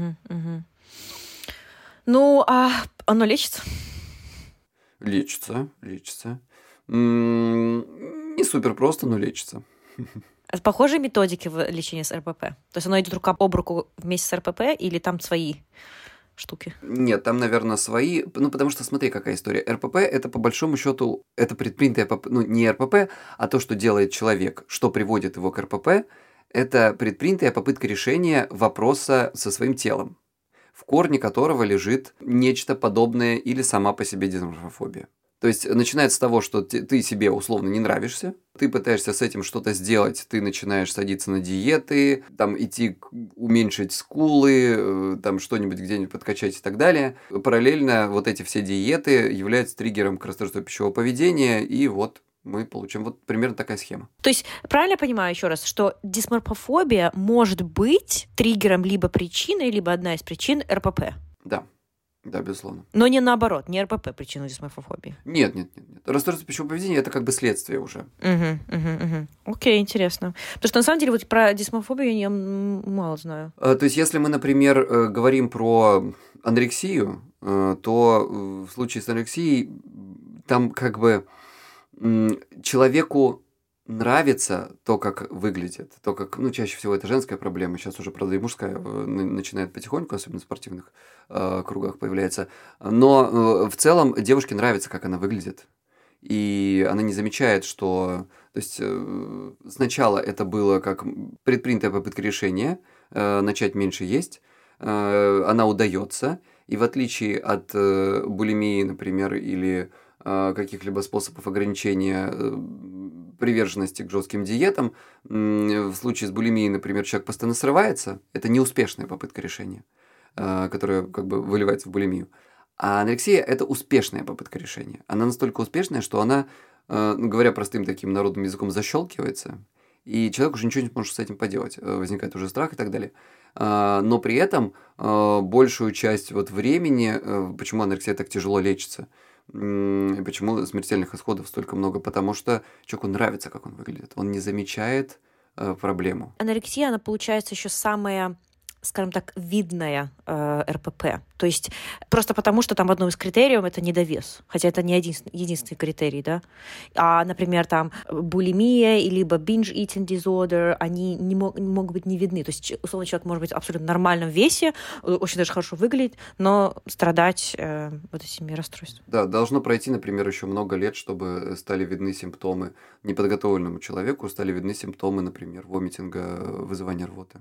Ну, а оно лечится? Лечится. Не супер просто, но лечится. Это похожие методики в лечении с РПП? То есть оно идет рука об руку вместе с РПП или там свои штуки? Нет, там, наверное, свои. Ну, потому что смотри, какая история. РПП – это, по большому счету, это предпринятое, ну, не РПП, а то, что делает человек, что приводит его к РПП, это предпринятая попытка решения вопроса со своим телом, в корне которого лежит нечто подобное или сама по себе дисморфофобия. То есть начинается с того, что ты себе условно не нравишься, ты пытаешься с этим что-то сделать, ты начинаешь садиться на диеты, там идти уменьшить скулы, там что-нибудь где-нибудь подкачать и так далее. Параллельно вот эти все диеты являются триггером к расстройству пищевого поведения, и вот мы получим вот примерно такая схема. То есть правильно я понимаю еще раз, что дисморфофобия может быть триггером либо причиной, либо одна из причин РПП? Да, безусловно. Но не наоборот, не РПП причина дисморфофобии. Нет. Расстройство пищевого поведения – это как бы следствие уже. Окей, интересно. Потому что на самом деле вот про дисморфобию я мало знаю. То есть если мы, например, говорим про анорексию, то в случае с анорексией там как бы человеку нравится то, как выглядит, то, как, ну, чаще всего это женская проблема, сейчас уже, правда, и мужская начинает потихоньку, особенно в спортивных кругах появляется, но в целом девушке нравится, как она выглядит, и она не замечает, что, то есть сначала это было как предпринятая попытка решения, начать меньше есть, она удается, и в отличие от булимии, например, или каких-либо способов ограничения приверженности к жестким диетам. В случае с булимией, например, человек постоянно срывается. Это неуспешная попытка решения, которая как бы выливается в булимию. А анорексия – это успешная попытка решения. Она настолько успешная, что она, говоря простым таким народным языком, защелкивается, и человек уже ничего не может с этим поделать. Возникает уже страх и так далее. Но при этом большую часть вот времени, почему анорексия так тяжело лечится, почему смертельных исходов столько много? Потому что человеку нравится, как он выглядит. Он не замечает проблему. Анорексия, она получается еще самая, скажем так, видная РПП. То есть просто потому, что там одном из критериев это недовес. Хотя это не единственный критерий, да. А, например, там булимия либо binge eating disorder, они не могут быть не видны. То есть, условно, человек может быть в абсолютно нормальном весе, очень даже хорошо выглядеть, но страдать вот этими расстройствами. Да, должно пройти, например, еще много лет, чтобы стали видны симптомы неподготовленному человеку, стали видны симптомы, например, вомитинга, вызывания рвоты.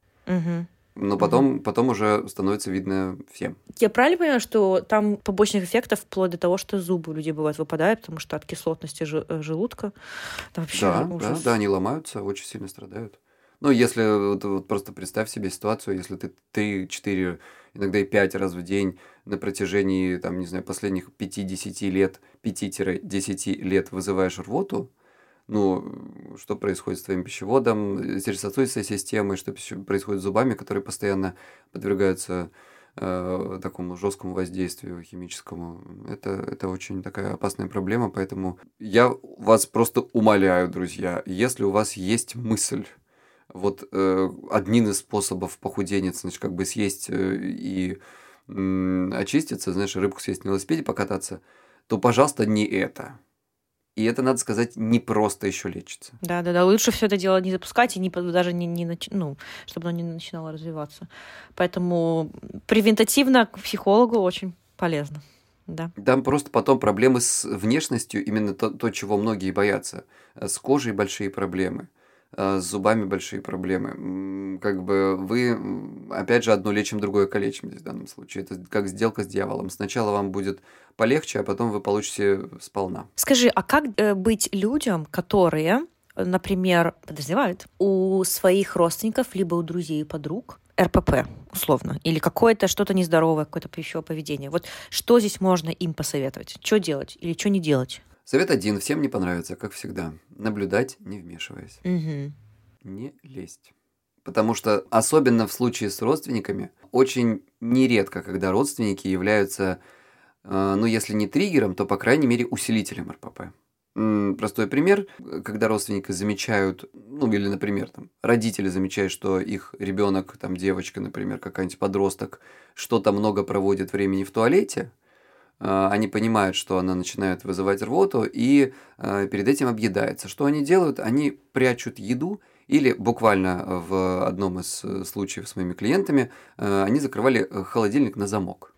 Но потом уже становится видно всем. Я правильно понимаю, что там побочных эффектов вплоть до того, что зубы у людей бывают выпадают, потому что от кислотности желудка там вообще ужас. Да, они ломаются, очень сильно страдают. Ну, если вот просто представь себе ситуацию, если ты 3-4, иногда и 5 раз в день на протяжении, там, не знаю, последних 5-10 лет, 5-10 лет вызываешь рвоту, ну, что происходит с твоим пищеводом, сердечно-сосудистой системой, что происходит с зубами, которые постоянно подвергаются такому жесткому воздействию химическому. Это очень такая опасная проблема, поэтому я вас просто умоляю, друзья, если у вас есть мысль, вот один из способов похудения, значит, как бы съесть и очиститься, знаешь, рыбку съесть на велосипеде покататься, то, пожалуйста, не это. И это, надо сказать, не просто еще лечится. Да, лучше все это дело не запускать и даже ну, чтобы оно не начинало развиваться. Поэтому превентативно к психологу очень полезно. Да. Там просто потом проблемы с внешностью, именно то, чего многие боятся. С кожей большие проблемы, с зубами большие проблемы. Как бы вы, опять же, одно лечим, другое калечим здесь в данном случае. Это как сделка с дьяволом. Сначала вам будет полегче, а потом вы получите сполна. Скажи, а как быть людям, которые, например, подозревают у своих родственников, либо у друзей и подруг РПП, условно, или какое-то что-то нездоровое, какое-то пищевое поведение? Вот что здесь можно им посоветовать? Что делать или что не делать? Совет 1. Всем не понравится, как всегда. Наблюдать, не вмешиваясь. Угу. Не лезть. Потому что, особенно в случае с родственниками, очень нередко, когда родственники являются, ну, если не триггером, то, по крайней мере, усилителем РПП. Простой пример, когда родственники замечают, ну, или, например, там, родители замечают, что их ребенок, там, девочка, например, какая-нибудь подросток, что-то много проводит времени в туалете, они понимают, что она начинает вызывать рвоту, и перед этим объедается. Что они делают? Они прячут еду, или буквально в одном из случаев с моими клиентами они закрывали холодильник на замок.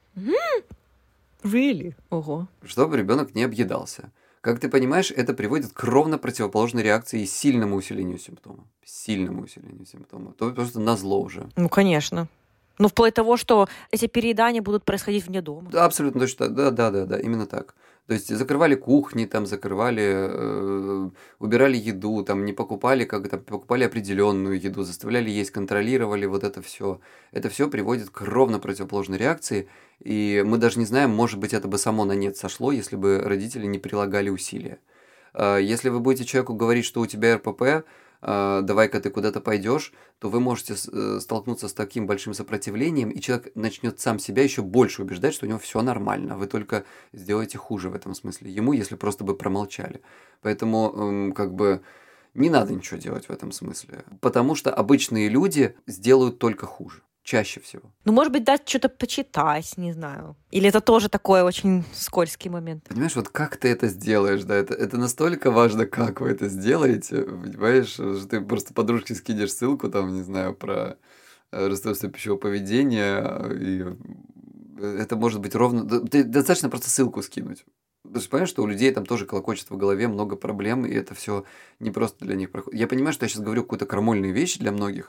Really? Ого. Чтобы ребенок не объедался. Как ты понимаешь, это приводит к ровно противоположной реакции и сильному усилению симптома. Сильному усилению симптома. То просто назло уже. Ну, конечно. Ну, вплоть до того, что эти переедания будут происходить вне дома. Да, абсолютно точно. Да, именно так. То есть закрывали кухни, там закрывали, убирали еду, там не покупали, покупали определенную еду, заставляли есть, контролировали вот это все. Это все приводит к ровно противоположной реакции, и мы даже не знаем, может быть, это бы само на нет сошло, если бы родители не прилагали усилия. Если вы будете человеку говорить, что у тебя РПП, давай-ка ты куда-то пойдешь, то вы можете столкнуться с таким большим сопротивлением, и человек начнет сам себя еще больше убеждать, что у него все нормально. Вы только сделаете хуже в этом смысле ему, если просто бы промолчали. Поэтому как бы не надо ничего делать в этом смысле, потому что обычные люди сделают только хуже. Чаще всего. Ну, может быть, дать что-то почитать, не знаю. Или это тоже такой очень скользкий момент? Понимаешь, вот как ты это сделаешь, да, это настолько важно, как вы это сделаете, понимаешь, что ты просто подружке скинешь ссылку, там, не знаю, про расстройство пищевого поведения, и это может быть ровно... Достаточно просто ссылку скинуть. Ты же понимаешь, что у людей там тоже клокочет в голове много проблем, и это все не просто для них проходит. Я понимаю, что я сейчас говорю какую-то крамольные вещи для многих,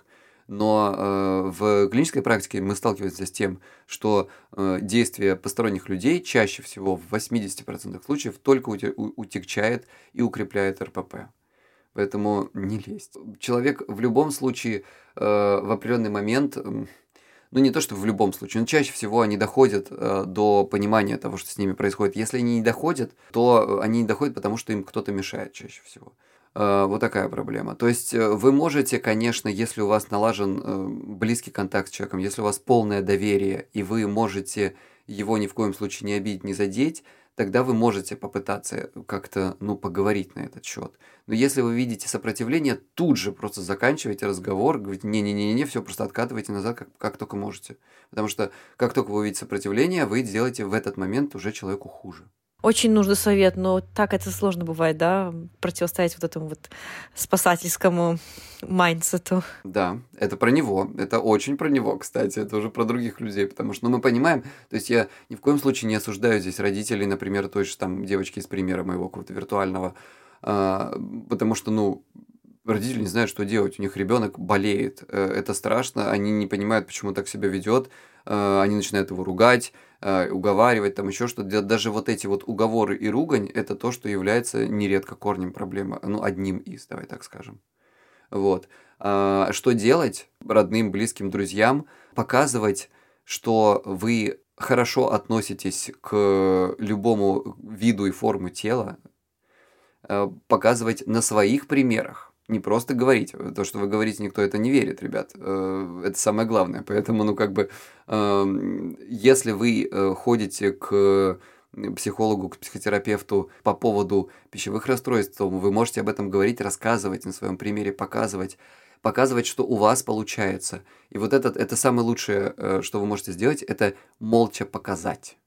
но в клинической практике мы сталкиваемся с тем, что действие посторонних людей чаще всего в 80% случаев только утягчает и укрепляет РПП. Поэтому не лезть. Человек в любом случае в определенный момент, ну не то, что в любом случае, но чаще всего они доходят до понимания того, что с ними происходит. Если они не доходят, то они не доходят, потому что им кто-то мешает чаще всего. Вот такая проблема. То есть вы можете, конечно, если у вас налажен близкий контакт с человеком, если у вас полное доверие, и вы можете его ни в коем случае не обидеть, не задеть, тогда вы можете попытаться как-то, ну, поговорить на этот счет. Но если вы видите сопротивление, тут же просто заканчивайте разговор, говорите, не-не-не, все, просто откатывайте назад, как только можете. Потому что как только вы увидите сопротивление, вы делаете в этот момент уже человеку хуже. Очень нужный совет, но так это сложно бывает, да, противостоять вот этому вот спасательскому майндсету. Да, это про него, это очень про него, кстати, это уже про других людей, потому что, ну, мы понимаем, то есть я ни в коем случае не осуждаю здесь родителей, например, той же там девочки из примера моего какого-то виртуального, потому что, ну, родители не знают, что делать, у них ребенок болеет, это страшно, они не понимают, почему так себя ведет, они начинают его ругать, уговаривать, там еще что-то. Даже вот эти вот уговоры и ругань, это то, что является нередко корнем проблемы, ну, одним из, давай так скажем. Вот. Что делать родным, близким, друзьям? Показывать, что вы хорошо относитесь к любому виду и форму тела, показывать на своих примерах, Не просто говорить. То, что вы говорите, никто это не верит, ребят. Это самое главное. Поэтому, если вы ходите к психологу, к психотерапевту по поводу пищевых расстройств, то вы можете об этом говорить, рассказывать, на своем примере показывать, что у вас получается. И вот это самое лучшее, что вы можете сделать, это молча показать.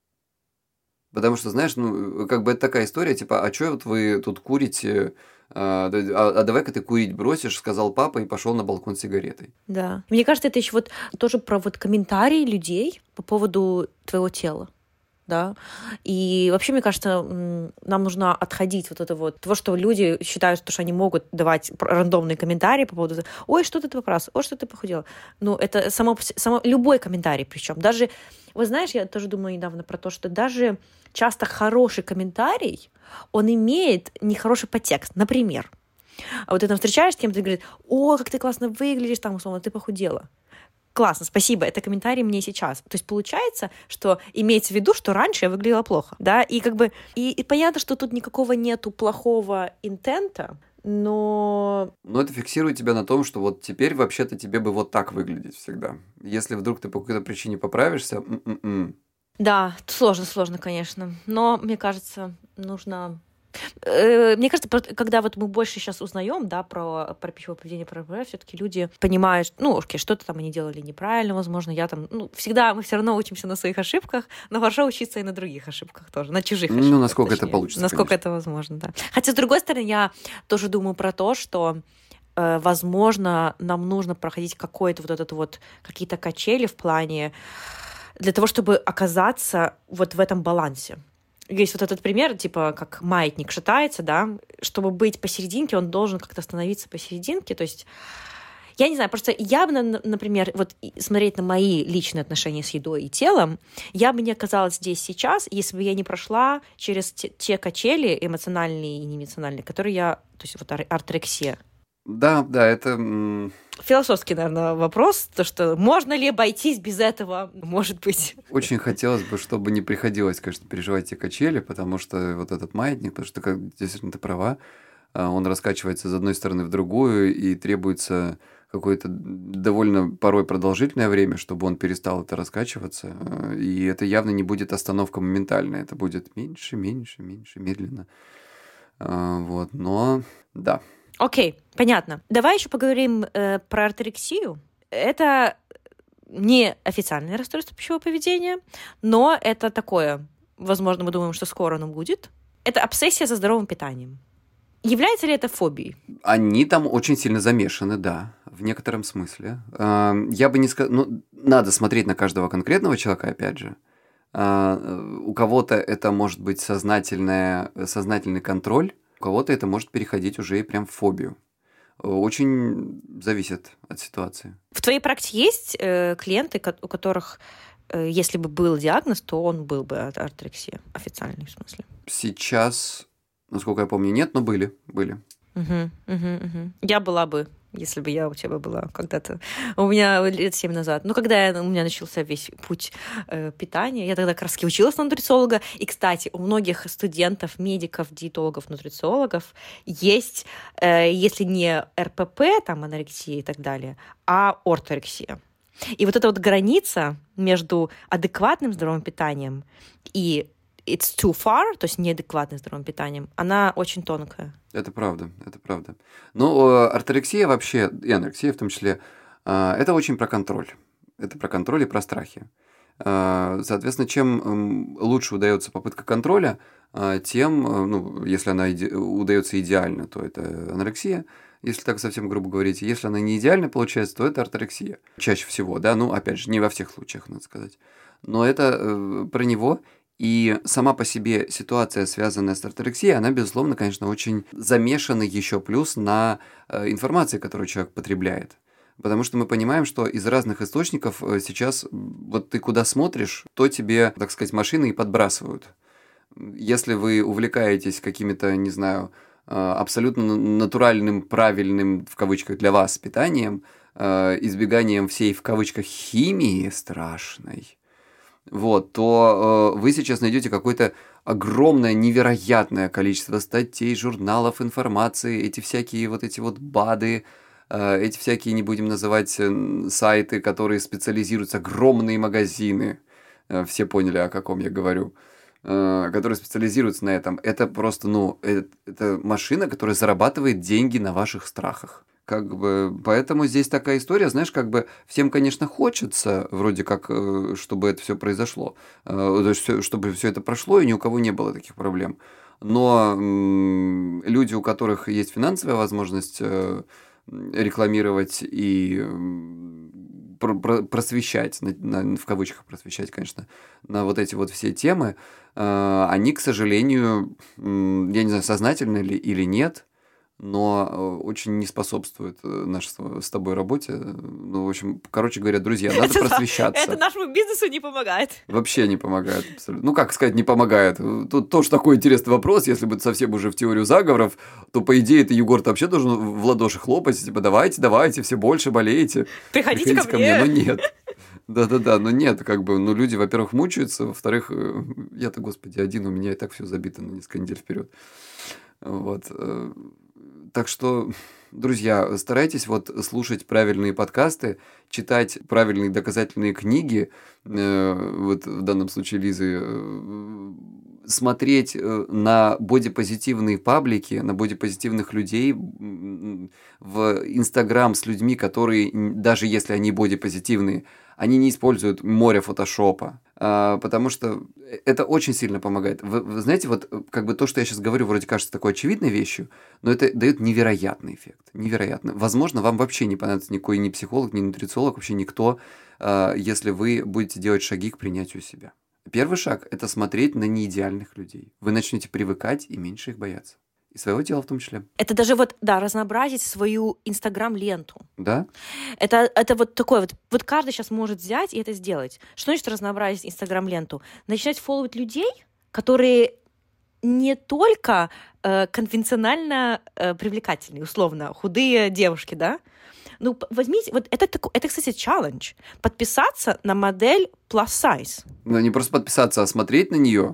Потому что, знаешь, это такая история, типа, а что вот вы тут курите, давай-ка ты курить бросишь, сказал папа и пошел на балкон с сигаретой. Да. Мне кажется, это еще тоже про комментарии людей по поводу твоего тела. Да. И вообще, мне кажется, нам нужно отходить того, что люди считают, что они могут давать рандомные комментарии по поводу «Ой, что ты поправился? Ой, что ты похудела?» Это любой комментарий причем. Даже, вы знаешь, я тоже думаю недавно про то, что даже часто хороший комментарий, он имеет нехороший подтекст. Например, ты там встречаешься с кем-то и говорит: «О, как ты классно выглядишь, там, условно, ты похудела». Классно, спасибо, это комментарий мне сейчас. То есть получается, что имеется в виду, что раньше я выглядела плохо, да, и и понятно, что тут никакого нету плохого интента, но это фиксирует тебя на том, что вот теперь вообще-то тебе бы вот так выглядеть всегда. Если вдруг ты по какой-то причине поправишься, Да, сложно, конечно, но мне кажется, нужно... Мне кажется, когда мы больше сейчас узнаем, да, про пищевое поведение, все-таки люди понимают, окей, что-то там они делали неправильно, возможно, я там, всегда мы все равно учимся на своих ошибках, но хорошо учиться и на других ошибках тоже, на чужих ошибках. Насколько это получится. Насколько конечно. это возможно, да. Хотя, с другой стороны, я тоже думаю про то, что возможно, нам нужно проходить какие-то качели в плане для того, чтобы оказаться в этом балансе. Есть этот пример, типа, как маятник шатается, да, чтобы быть посерединке, он должен как-то становиться посерединке, то есть, я не знаю, просто я бы, например, смотреть на мои личные отношения с едой и телом, я бы не оказалась здесь сейчас, если бы я не прошла через те качели эмоциональные и неэмоциональные, которые то есть орторексия. Да, это... Философский, наверное, вопрос, то, что можно ли обойтись без этого, может быть. Очень хотелось бы, чтобы не приходилось, конечно, переживать эти качели, потому что этот маятник, потому что, действительно, ты права, он раскачивается из одной стороны в другую, и требуется какое-то довольно порой продолжительное время, чтобы он перестал это раскачиваться, и это явно не будет остановка моментальная, это будет меньше, медленно. Но да. Окей, понятно. Давай еще поговорим про орторексию. Это не официальное расстройство пищевого поведения, но это такое, возможно, мы думаем, что скоро оно будет. Это обсессия за здоровым питанием. Является ли это фобией? Они там очень сильно замешаны, да, в некотором смысле. Я бы не сказал... надо смотреть на каждого конкретного человека, опять же. У кого-то это может быть сознательный контроль, у кого-то это может переходить уже и прям в фобию. Очень зависит от ситуации. В твоей практике есть клиенты, у которых, если бы был диагноз, то он был бы орторексия, официальный в смысле? Сейчас, насколько я помню, нет, но были. Я была бы, если бы я у тебя была когда-то. У меня лет 7 назад. Когда у меня начался весь путь питания, я тогда как раз училась на нутрициолога. И, кстати, у многих студентов, медиков, диетологов, нутрициологов есть, если не РПП, там анорексия и так далее, а орторексия. И эта граница между адекватным здоровым питанием и it's too far, то есть неадекватным здоровым питанием, она очень тонкая. Это правда. Но орторексия вообще, и анорексия в том числе, это очень про контроль. Это про контроль и про страхи. Соответственно, чем лучше удается попытка контроля, тем, если она удается идеально, то это анорексия. Если так совсем грубо говорить, если она не идеально получается, то это орторексия. Чаще всего, да, опять же, не во всех случаях, надо сказать. Но это про него. И сама по себе ситуация, связанная с орторексией, она, безусловно, конечно, очень замешана еще плюс на информации, которую человек потребляет. Потому что мы понимаем, что из разных источников сейчас ты куда смотришь, то тебе, так сказать, машины и подбрасывают. Если вы увлекаетесь какими-то, не знаю, абсолютно натуральным, правильным, в кавычках, для вас питанием, избеганием всей, в кавычках, химии страшной, вот, то вы сейчас найдете какое-то огромное, невероятное количество статей, журналов, информации, эти всякие вот эти вот БАДы, эти всякие, не будем называть, сайты, которые специализируются, огромные магазины, все поняли, о каком я говорю, которые специализируются на этом. Это просто, это машина, которая зарабатывает деньги на ваших страхах. Как бы, поэтому здесь такая история, знаешь, как бы всем, конечно, хочется, вроде как, чтобы это все произошло, то есть, чтобы все это прошло, и ни у кого не было таких проблем. Но люди, у которых есть финансовая возможность рекламировать и просвещать, в кавычках просвещать, конечно, на вот эти вот все темы, они, к сожалению, я не знаю, сознательно ли или нет, но очень не способствует нашей с тобой работе. Ну, в общем, короче говоря, друзья, надо просвещаться. Это нашему бизнесу не помогает. Вообще не помогает абсолютно. Ну, как сказать, не помогает. Тут тоже такой интересный вопрос. Если бы совсем уже в теорию заговоров, то, по идее, ты, Егор, вообще должен в ладоши хлопать. Типа, давайте, все больше болеете. Приходите ко мне. Но нет. Да-да-да, но нет, как бы, люди, во-первых, мучаются, во-вторых, я-то, господи, один, у меня и так все забито на несколько недель вперед. Вот. Так что, друзья, старайтесь вот слушать правильные подкасты, читать правильные доказательные книги, вот в данном случае Лизы, смотреть на бодипозитивные паблики, на бодипозитивных людей в Инстаграм с людьми, которые, даже если они бодипозитивные, они не используют море фотошопа, потому что это очень сильно помогает. Вы знаете, вот как бы то, что я сейчас говорю, вроде кажется такой очевидной вещью, но это дает невероятный эффект. Невероятно. Возможно, вам вообще не понадобится никакой ни психолог, ни нутрициолог, вообще никто, если вы будете делать шаги к принятию себя. Первый шаг – это смотреть на неидеальных людей. Вы начнете привыкать и меньше их бояться. И своего тела в том числе. Это даже вот, да, разнообразить свою Инстаграм-ленту. Да? Это вот такое вот каждый сейчас может взять и это сделать. Что значит разнообразить Инстаграм-ленту? Начинать фолловить людей, которые не только конвенционально привлекательные, условно, худые девушки, да? Ну, возьмите, вот это, кстати, челлендж. Подписаться на модель plus size. Ну, не просто подписаться, а смотреть на нее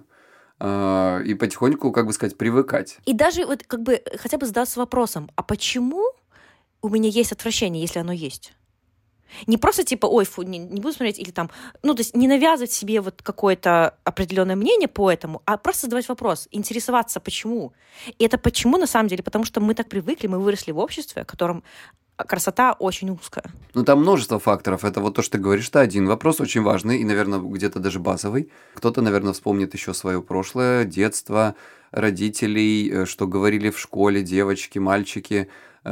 и потихоньку, как бы сказать, привыкать. И даже вот как бы хотя бы задаться вопросом, а почему у меня есть отвращение, если оно есть? Не просто типа, ой, фу, не буду смотреть, или там, то есть не навязывать себе вот какое-то определенное мнение по этому, а просто задавать вопрос, интересоваться, почему. И это почему, на самом деле, потому что мы так привыкли, мы выросли в обществе, в котором красота очень узкая. Ну, там множество факторов. Это вот то, что ты говоришь, это один вопрос, очень важный и, наверное, где-то даже базовый. Кто-то, наверное, вспомнит еще свое прошлое, детство, родителей, что говорили в школе девочки, мальчики,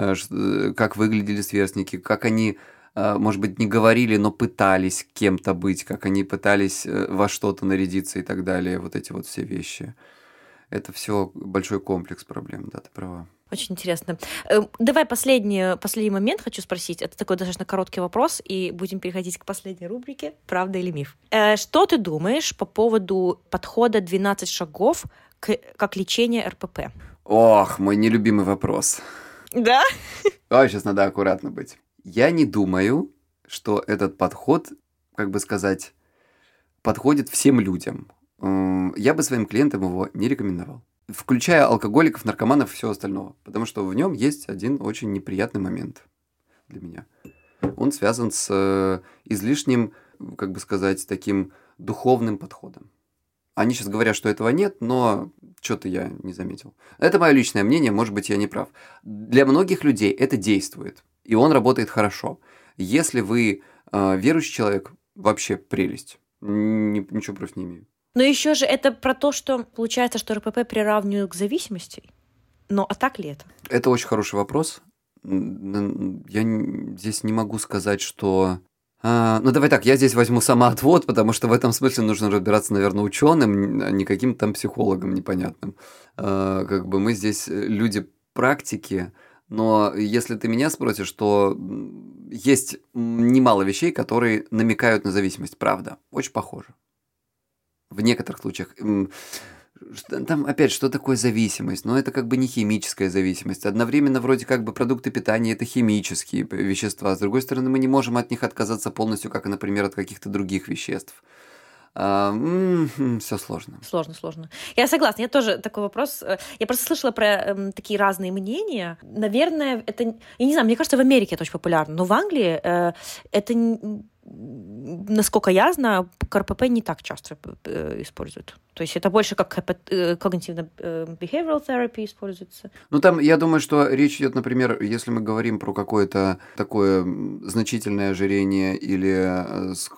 как выглядели сверстники, как они, может быть, не говорили, но пытались кем-то быть, как они пытались во что-то нарядиться и так далее. Вот эти вот все вещи. Это все большой комплекс проблем, да, ты права. Очень интересно. Давай последний момент хочу спросить. Это такой достаточно короткий вопрос, и будем переходить к последней рубрике «Правда или миф?». Что ты думаешь по поводу подхода 12 шагов как лечение РПП? Ох, мой нелюбимый вопрос. Да? Ой, сейчас надо аккуратно быть. Я не думаю, что этот подход, как бы сказать, подходит всем людям. Я бы своим клиентам его не рекомендовал. Включая алкоголиков, наркоманов и всего остального. Потому что в нем есть один очень неприятный момент для меня. Он связан с излишним, как бы сказать, таким духовным подходом. Они сейчас говорят, что этого нет, но что-то я не заметил. Это мое личное мнение, может быть, я не прав. Для многих людей это действует, и он работает хорошо. Если вы верующий человек, вообще прелесть. Ничего против не имею. Но еще же это про то, что получается, что РПП приравнивают к зависимости. Но а так ли это? Это очень хороший вопрос. Я здесь не могу сказать, что... Ну, давай так, я здесь возьму самоотвод, потому что в этом смысле нужно разбираться, наверное, ученым, а не каким-то там психологом непонятным. Как бы мы здесь люди практики, но если ты меня спросишь, то есть немало вещей, которые намекают на зависимость, правда, очень похоже. В некоторых случаях. Там, опять, что такое зависимость? Но это как бы не химическая зависимость. Одновременно вроде как бы продукты питания – это химические вещества. С другой стороны, мы не можем от них отказаться полностью, как, например, от каких-то других веществ. Все сложно. Сложно. Я согласна. Я тоже такой вопрос. Я просто слышала про такие разные мнения. Наверное, это... Я не знаю, мне кажется, в Америке это очень популярно, но в Англии это... Насколько я знаю, КРПП не так часто используют. То есть это больше как cognitive-behavioral therapy используется. Ну, там, я думаю, что речь идет, например, если мы говорим про какое-то такое значительное ожирение или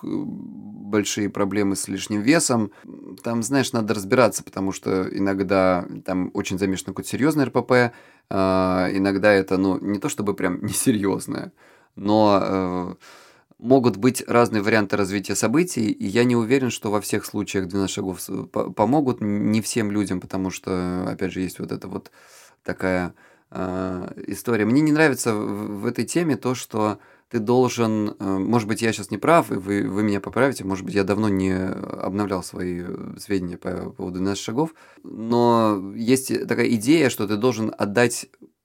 большие проблемы с лишним весом, там, знаешь, надо разбираться, потому что иногда там очень замешано какое-то серьезное РПП, иногда это, ну, не то чтобы прям несерьезное, но... могут быть разные варианты развития событий, и я не уверен, что во всех случаях 12 шагов помогут не всем людям, потому что, опять же, есть вот эта вот такая история. Мне не нравится в этой теме то, что ты должен... может быть, я сейчас не прав, и вы меня поправите, может быть, я давно не обновлял свои сведения по поводу 12 шагов, но есть такая идея, что ты должен отдать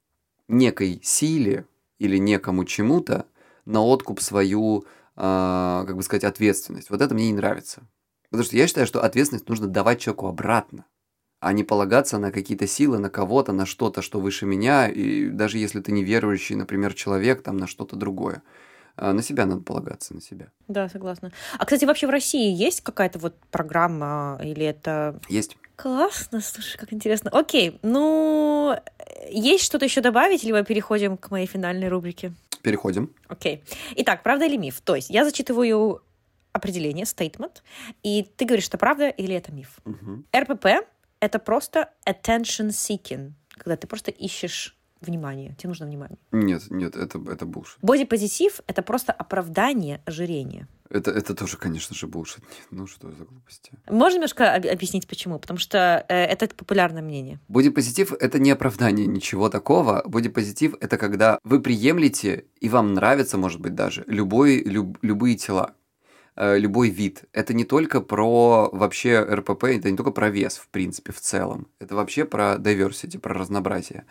некой силе или некому чему-то на откуп свою, как бы сказать, ответственность. Вот это мне не нравится. Потому что я считаю, что ответственность нужно давать человеку обратно, а не полагаться на какие-то силы, на кого-то, на что-то, что выше меня, и даже если ты неверующий, например, человек, там, на что-то другое. На себя надо полагаться, на себя. Да, согласна. А, кстати, вообще в России есть какая-то вот программа или это... Есть. Классно, слушай, как интересно. Окей, ну, есть что-то еще добавить, или мы переходим к моей финальной рубрике? Переходим. Окей. Итак, правда или миф? То есть я зачитываю определение, statement, и ты говоришь, что правда или это миф. Угу. РПП — это просто attention seeking, когда ты просто ищешь внимание, тебе нужно внимание. Нет, это bullshit. Бодипозитив — это просто оправдание ожирения. Это тоже, конечно же, bullshit. Ну, что за глупости? Можно немножко объяснить, почему? Потому что это популярное мнение. Бодипозитив — это не оправдание ничего такого. Бодипозитив — это когда вы приемлете, и вам нравится, может быть, даже, любые тела, любой вид. Это не только про вообще РПП, это не только про вес, в принципе, в целом. Это вообще про diversity, про разнообразие.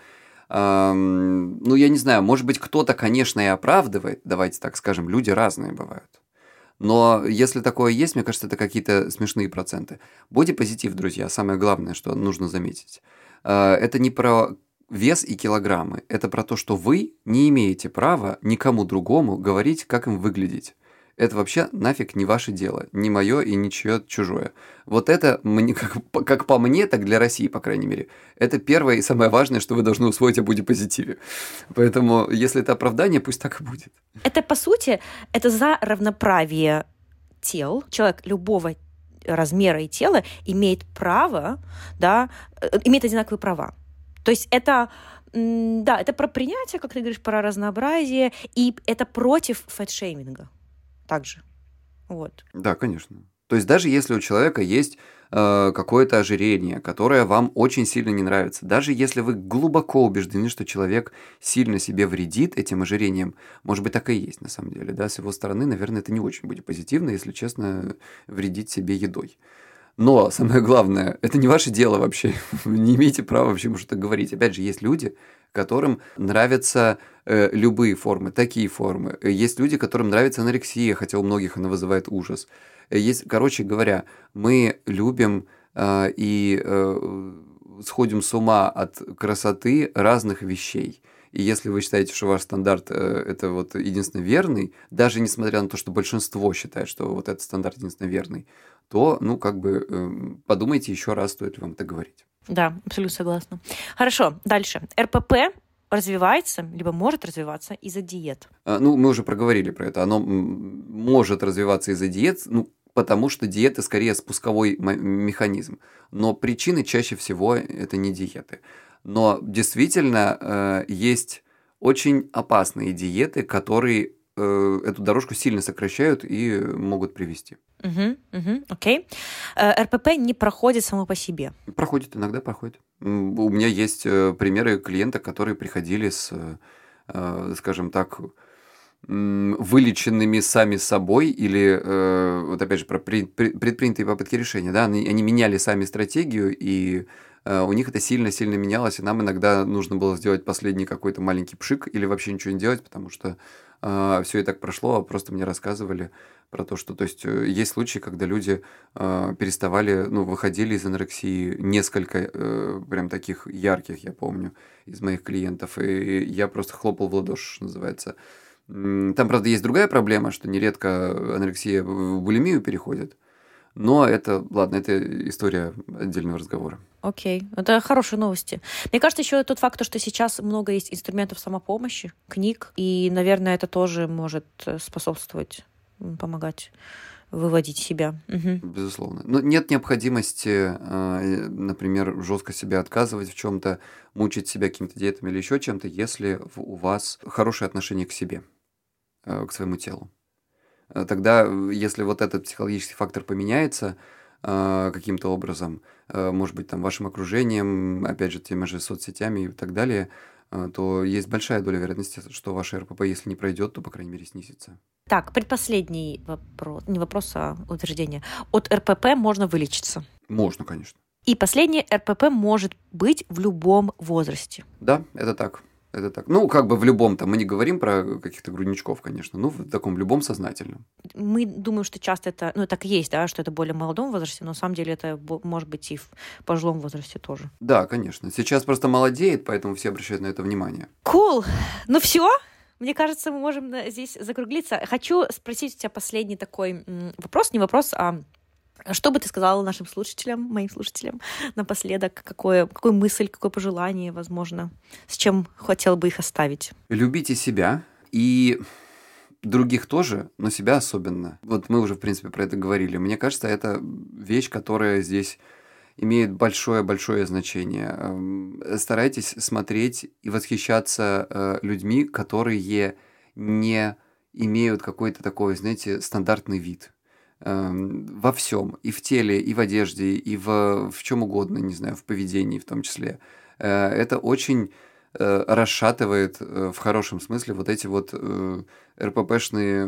Ну, я не знаю, может быть, кто-то, конечно, и оправдывает, давайте так скажем, люди разные бывают. Но если такое есть, мне кажется, это какие-то смешные проценты. Бодипозитив, друзья, самое главное, что нужно заметить, это не про вес и килограммы, это про то, что вы не имеете права никому другому говорить, как им выглядеть. Это вообще нафиг не ваше дело, не мое и ничье чужое. Вот это, мне, как по мне, так для России, по крайней мере, это первое и самое важное, что вы должны усвоить о бодипозитиве. Поэтому, если это оправдание, пусть так и будет. Это, по сути, это за равноправие тел. Человек любого размера и тела имеет право, да, имеет одинаковые права. То есть это... Да, это про принятие, как ты говоришь, про разнообразие, и это против фэтшейминга. Также. Вот. Да, конечно. То есть даже если у человека есть какое-то ожирение, которое вам очень сильно не нравится, даже если вы глубоко убеждены, что человек сильно себе вредит этим ожирением, может быть, так и есть на самом деле, да, с его стороны, наверное, это не очень будет позитивно, если честно, вредить себе едой. Но самое главное, это не ваше дело вообще. Вы не имеете права вообще что-то говорить. Опять же, есть люди, которым нравятся любые формы, такие формы. Есть люди, которым нравится анорексия, хотя у многих она вызывает ужас. Есть, короче говоря, мы любим и сходим с ума от красоты разных вещей. И если вы считаете, что ваш стандарт это вот единственно верный, даже несмотря на то, что большинство считает, что вот этот стандарт единственно верный, то, ну, как бы подумайте еще раз, стоит ли вам это говорить. Да, абсолютно согласна. Хорошо, дальше. РПП развивается, либо может развиваться из-за диет. Ну, мы уже проговорили про это. Оно может развиваться из-за диет, ну, потому что диета скорее спусковой механизм. Но причины чаще всего это не диеты. Но действительно есть очень опасные диеты, которые эту дорожку сильно сокращают и могут привести. Окей. РПП не проходит само по себе. Проходит, иногда проходит. У меня есть примеры клиентов, которые приходили с, скажем так, вылеченными сами собой или, вот опять же, про предпринятые попытки решения, да, они меняли сами стратегию, и у них это сильно-сильно менялось, и нам иногда нужно было сделать последний какой-то маленький пшик или вообще ничего не делать, потому что все и так прошло, а просто мне рассказывали про то, что, то есть, есть случаи, когда люди переставали, ну, выходили из анорексии, несколько прям таких ярких, я помню, из моих клиентов, и я просто хлопал в ладоши, что называется. Там, правда, есть другая проблема, что нередко анорексия в булимию переходит, но это, ладно, это история отдельного разговора. Окей, это хорошие новости. Мне кажется, еще тот факт, что сейчас много есть инструментов самопомощи, книг, и, наверное, это тоже может способствовать, помогать выводить себя. Угу. Безусловно. Но нет необходимости, например, жестко себя отказывать в чем-то, мучить себя какими-то диетами или еще чем-то, если у вас хорошее отношение к себе, к своему телу. Тогда, если вот этот психологический фактор поменяется каким-то образом, может быть, там, вашим окружением, опять же, теми же соцсетями и так далее, то есть большая доля вероятности, что ваше РПП, если не пройдет, то, по крайней мере, снизится. Так, предпоследний вопрос, не вопрос, а утверждение. От РПП можно вылечиться? Можно, конечно. И последнее, РПП может быть в любом возрасте? Да, это так. Это так. Ну, как бы в любом, там, мы не говорим про каких-то грудничков, конечно, ну, в таком любом сознательном. Мы думаем, что часто это, ну, так и есть, да, что это в более молодом возрасте, но на самом деле это может быть и в пожилом возрасте тоже. Да, конечно. Сейчас просто молодеет, поэтому все обращают на это внимание. Cool. Ну, все. Мне кажется, мы можем здесь закруглиться. Хочу спросить у тебя последний такой вопрос, не вопрос, а что бы ты сказала нашим слушателям, моим слушателям напоследок? Какую мысль, какое пожелание, возможно, с чем хотел бы их оставить? Любите себя и других тоже, но себя особенно. Вот мы уже, в принципе, про это говорили. Мне кажется, это вещь, которая здесь имеет большое-большое значение. Старайтесь смотреть и восхищаться людьми, которые не имеют какой-то такой, знаете, стандартный вид. Во всем, и в теле, и в одежде, и в чем угодно, не знаю, в поведении в том числе. Это очень расшатывает в хорошем смысле вот эти вот РППшные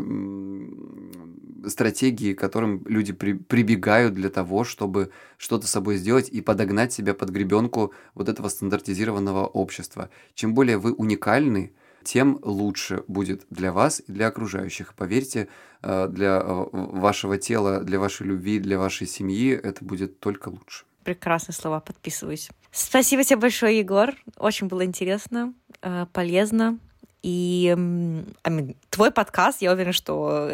стратегии, к которым люди прибегают для того, чтобы что-то с собой сделать и подогнать себя под гребенку вот этого стандартизированного общества. Чем более вы уникальны, тем лучше будет для вас и для окружающих. Поверьте, для вашего тела, для вашей любви, для вашей семьи это будет только лучше. Прекрасные слова, подписываюсь. Спасибо тебе большое, Егор. Очень было интересно, полезно. И твой подкаст, я уверена, что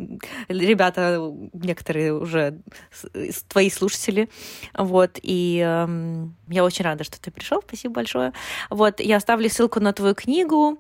ребята, некоторые уже твои слушатели. Вот, и я очень рада, что ты пришел. Спасибо большое. Вот, я оставлю ссылку на твою книгу,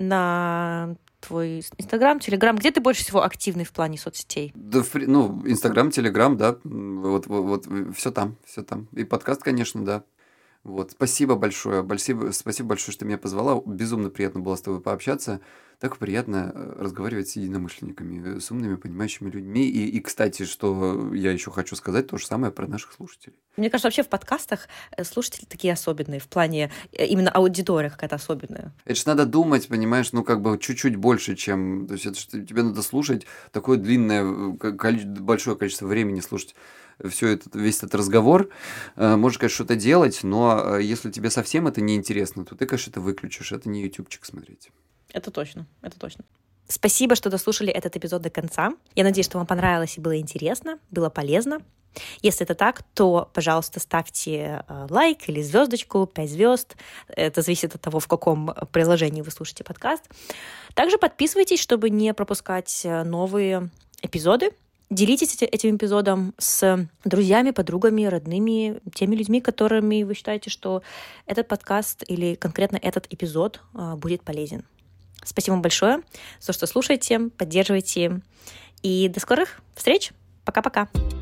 на твой Инстаграм, Телеграм. Где ты больше всего активный в плане соцсетей? Да, ну, Инстаграм, Телеграм, да. Вот все там. И подкаст, конечно, да. Вот. Спасибо большое, что ты меня позвала. Безумно приятно было с тобой пообщаться. Так приятно разговаривать с единомышленниками, с умными, понимающими людьми. И, кстати, что я еще хочу сказать, то же самое про наших слушателей. Мне кажется, вообще в подкастах слушатели такие особенные, в плане именно аудитория какая-то особенная. Это же надо думать, понимаешь, ну как бы чуть-чуть больше, чем... То есть это же тебе надо слушать такое длинное, большое количество времени слушать весь этот разговор. Можешь, конечно, что-то делать, но если тебе совсем это не интересно, то ты, конечно, это выключишь. Это не ютубчик смотреть. Это точно. Спасибо, что дослушали этот эпизод до конца. Я надеюсь, что вам понравилось и было интересно, было полезно. Если это так, то, пожалуйста, ставьте лайк или звездочку, 5 звезд. Это зависит от того, в каком приложении вы слушаете подкаст. Также подписывайтесь, чтобы не пропускать новые эпизоды. Делитесь этим эпизодом с друзьями, подругами, родными, теми людьми, которыми вы считаете, что этот подкаст или конкретно этот эпизод будет полезен. Спасибо вам большое за то, что слушаете, поддерживаете. И до скорых встреч. Пока-пока.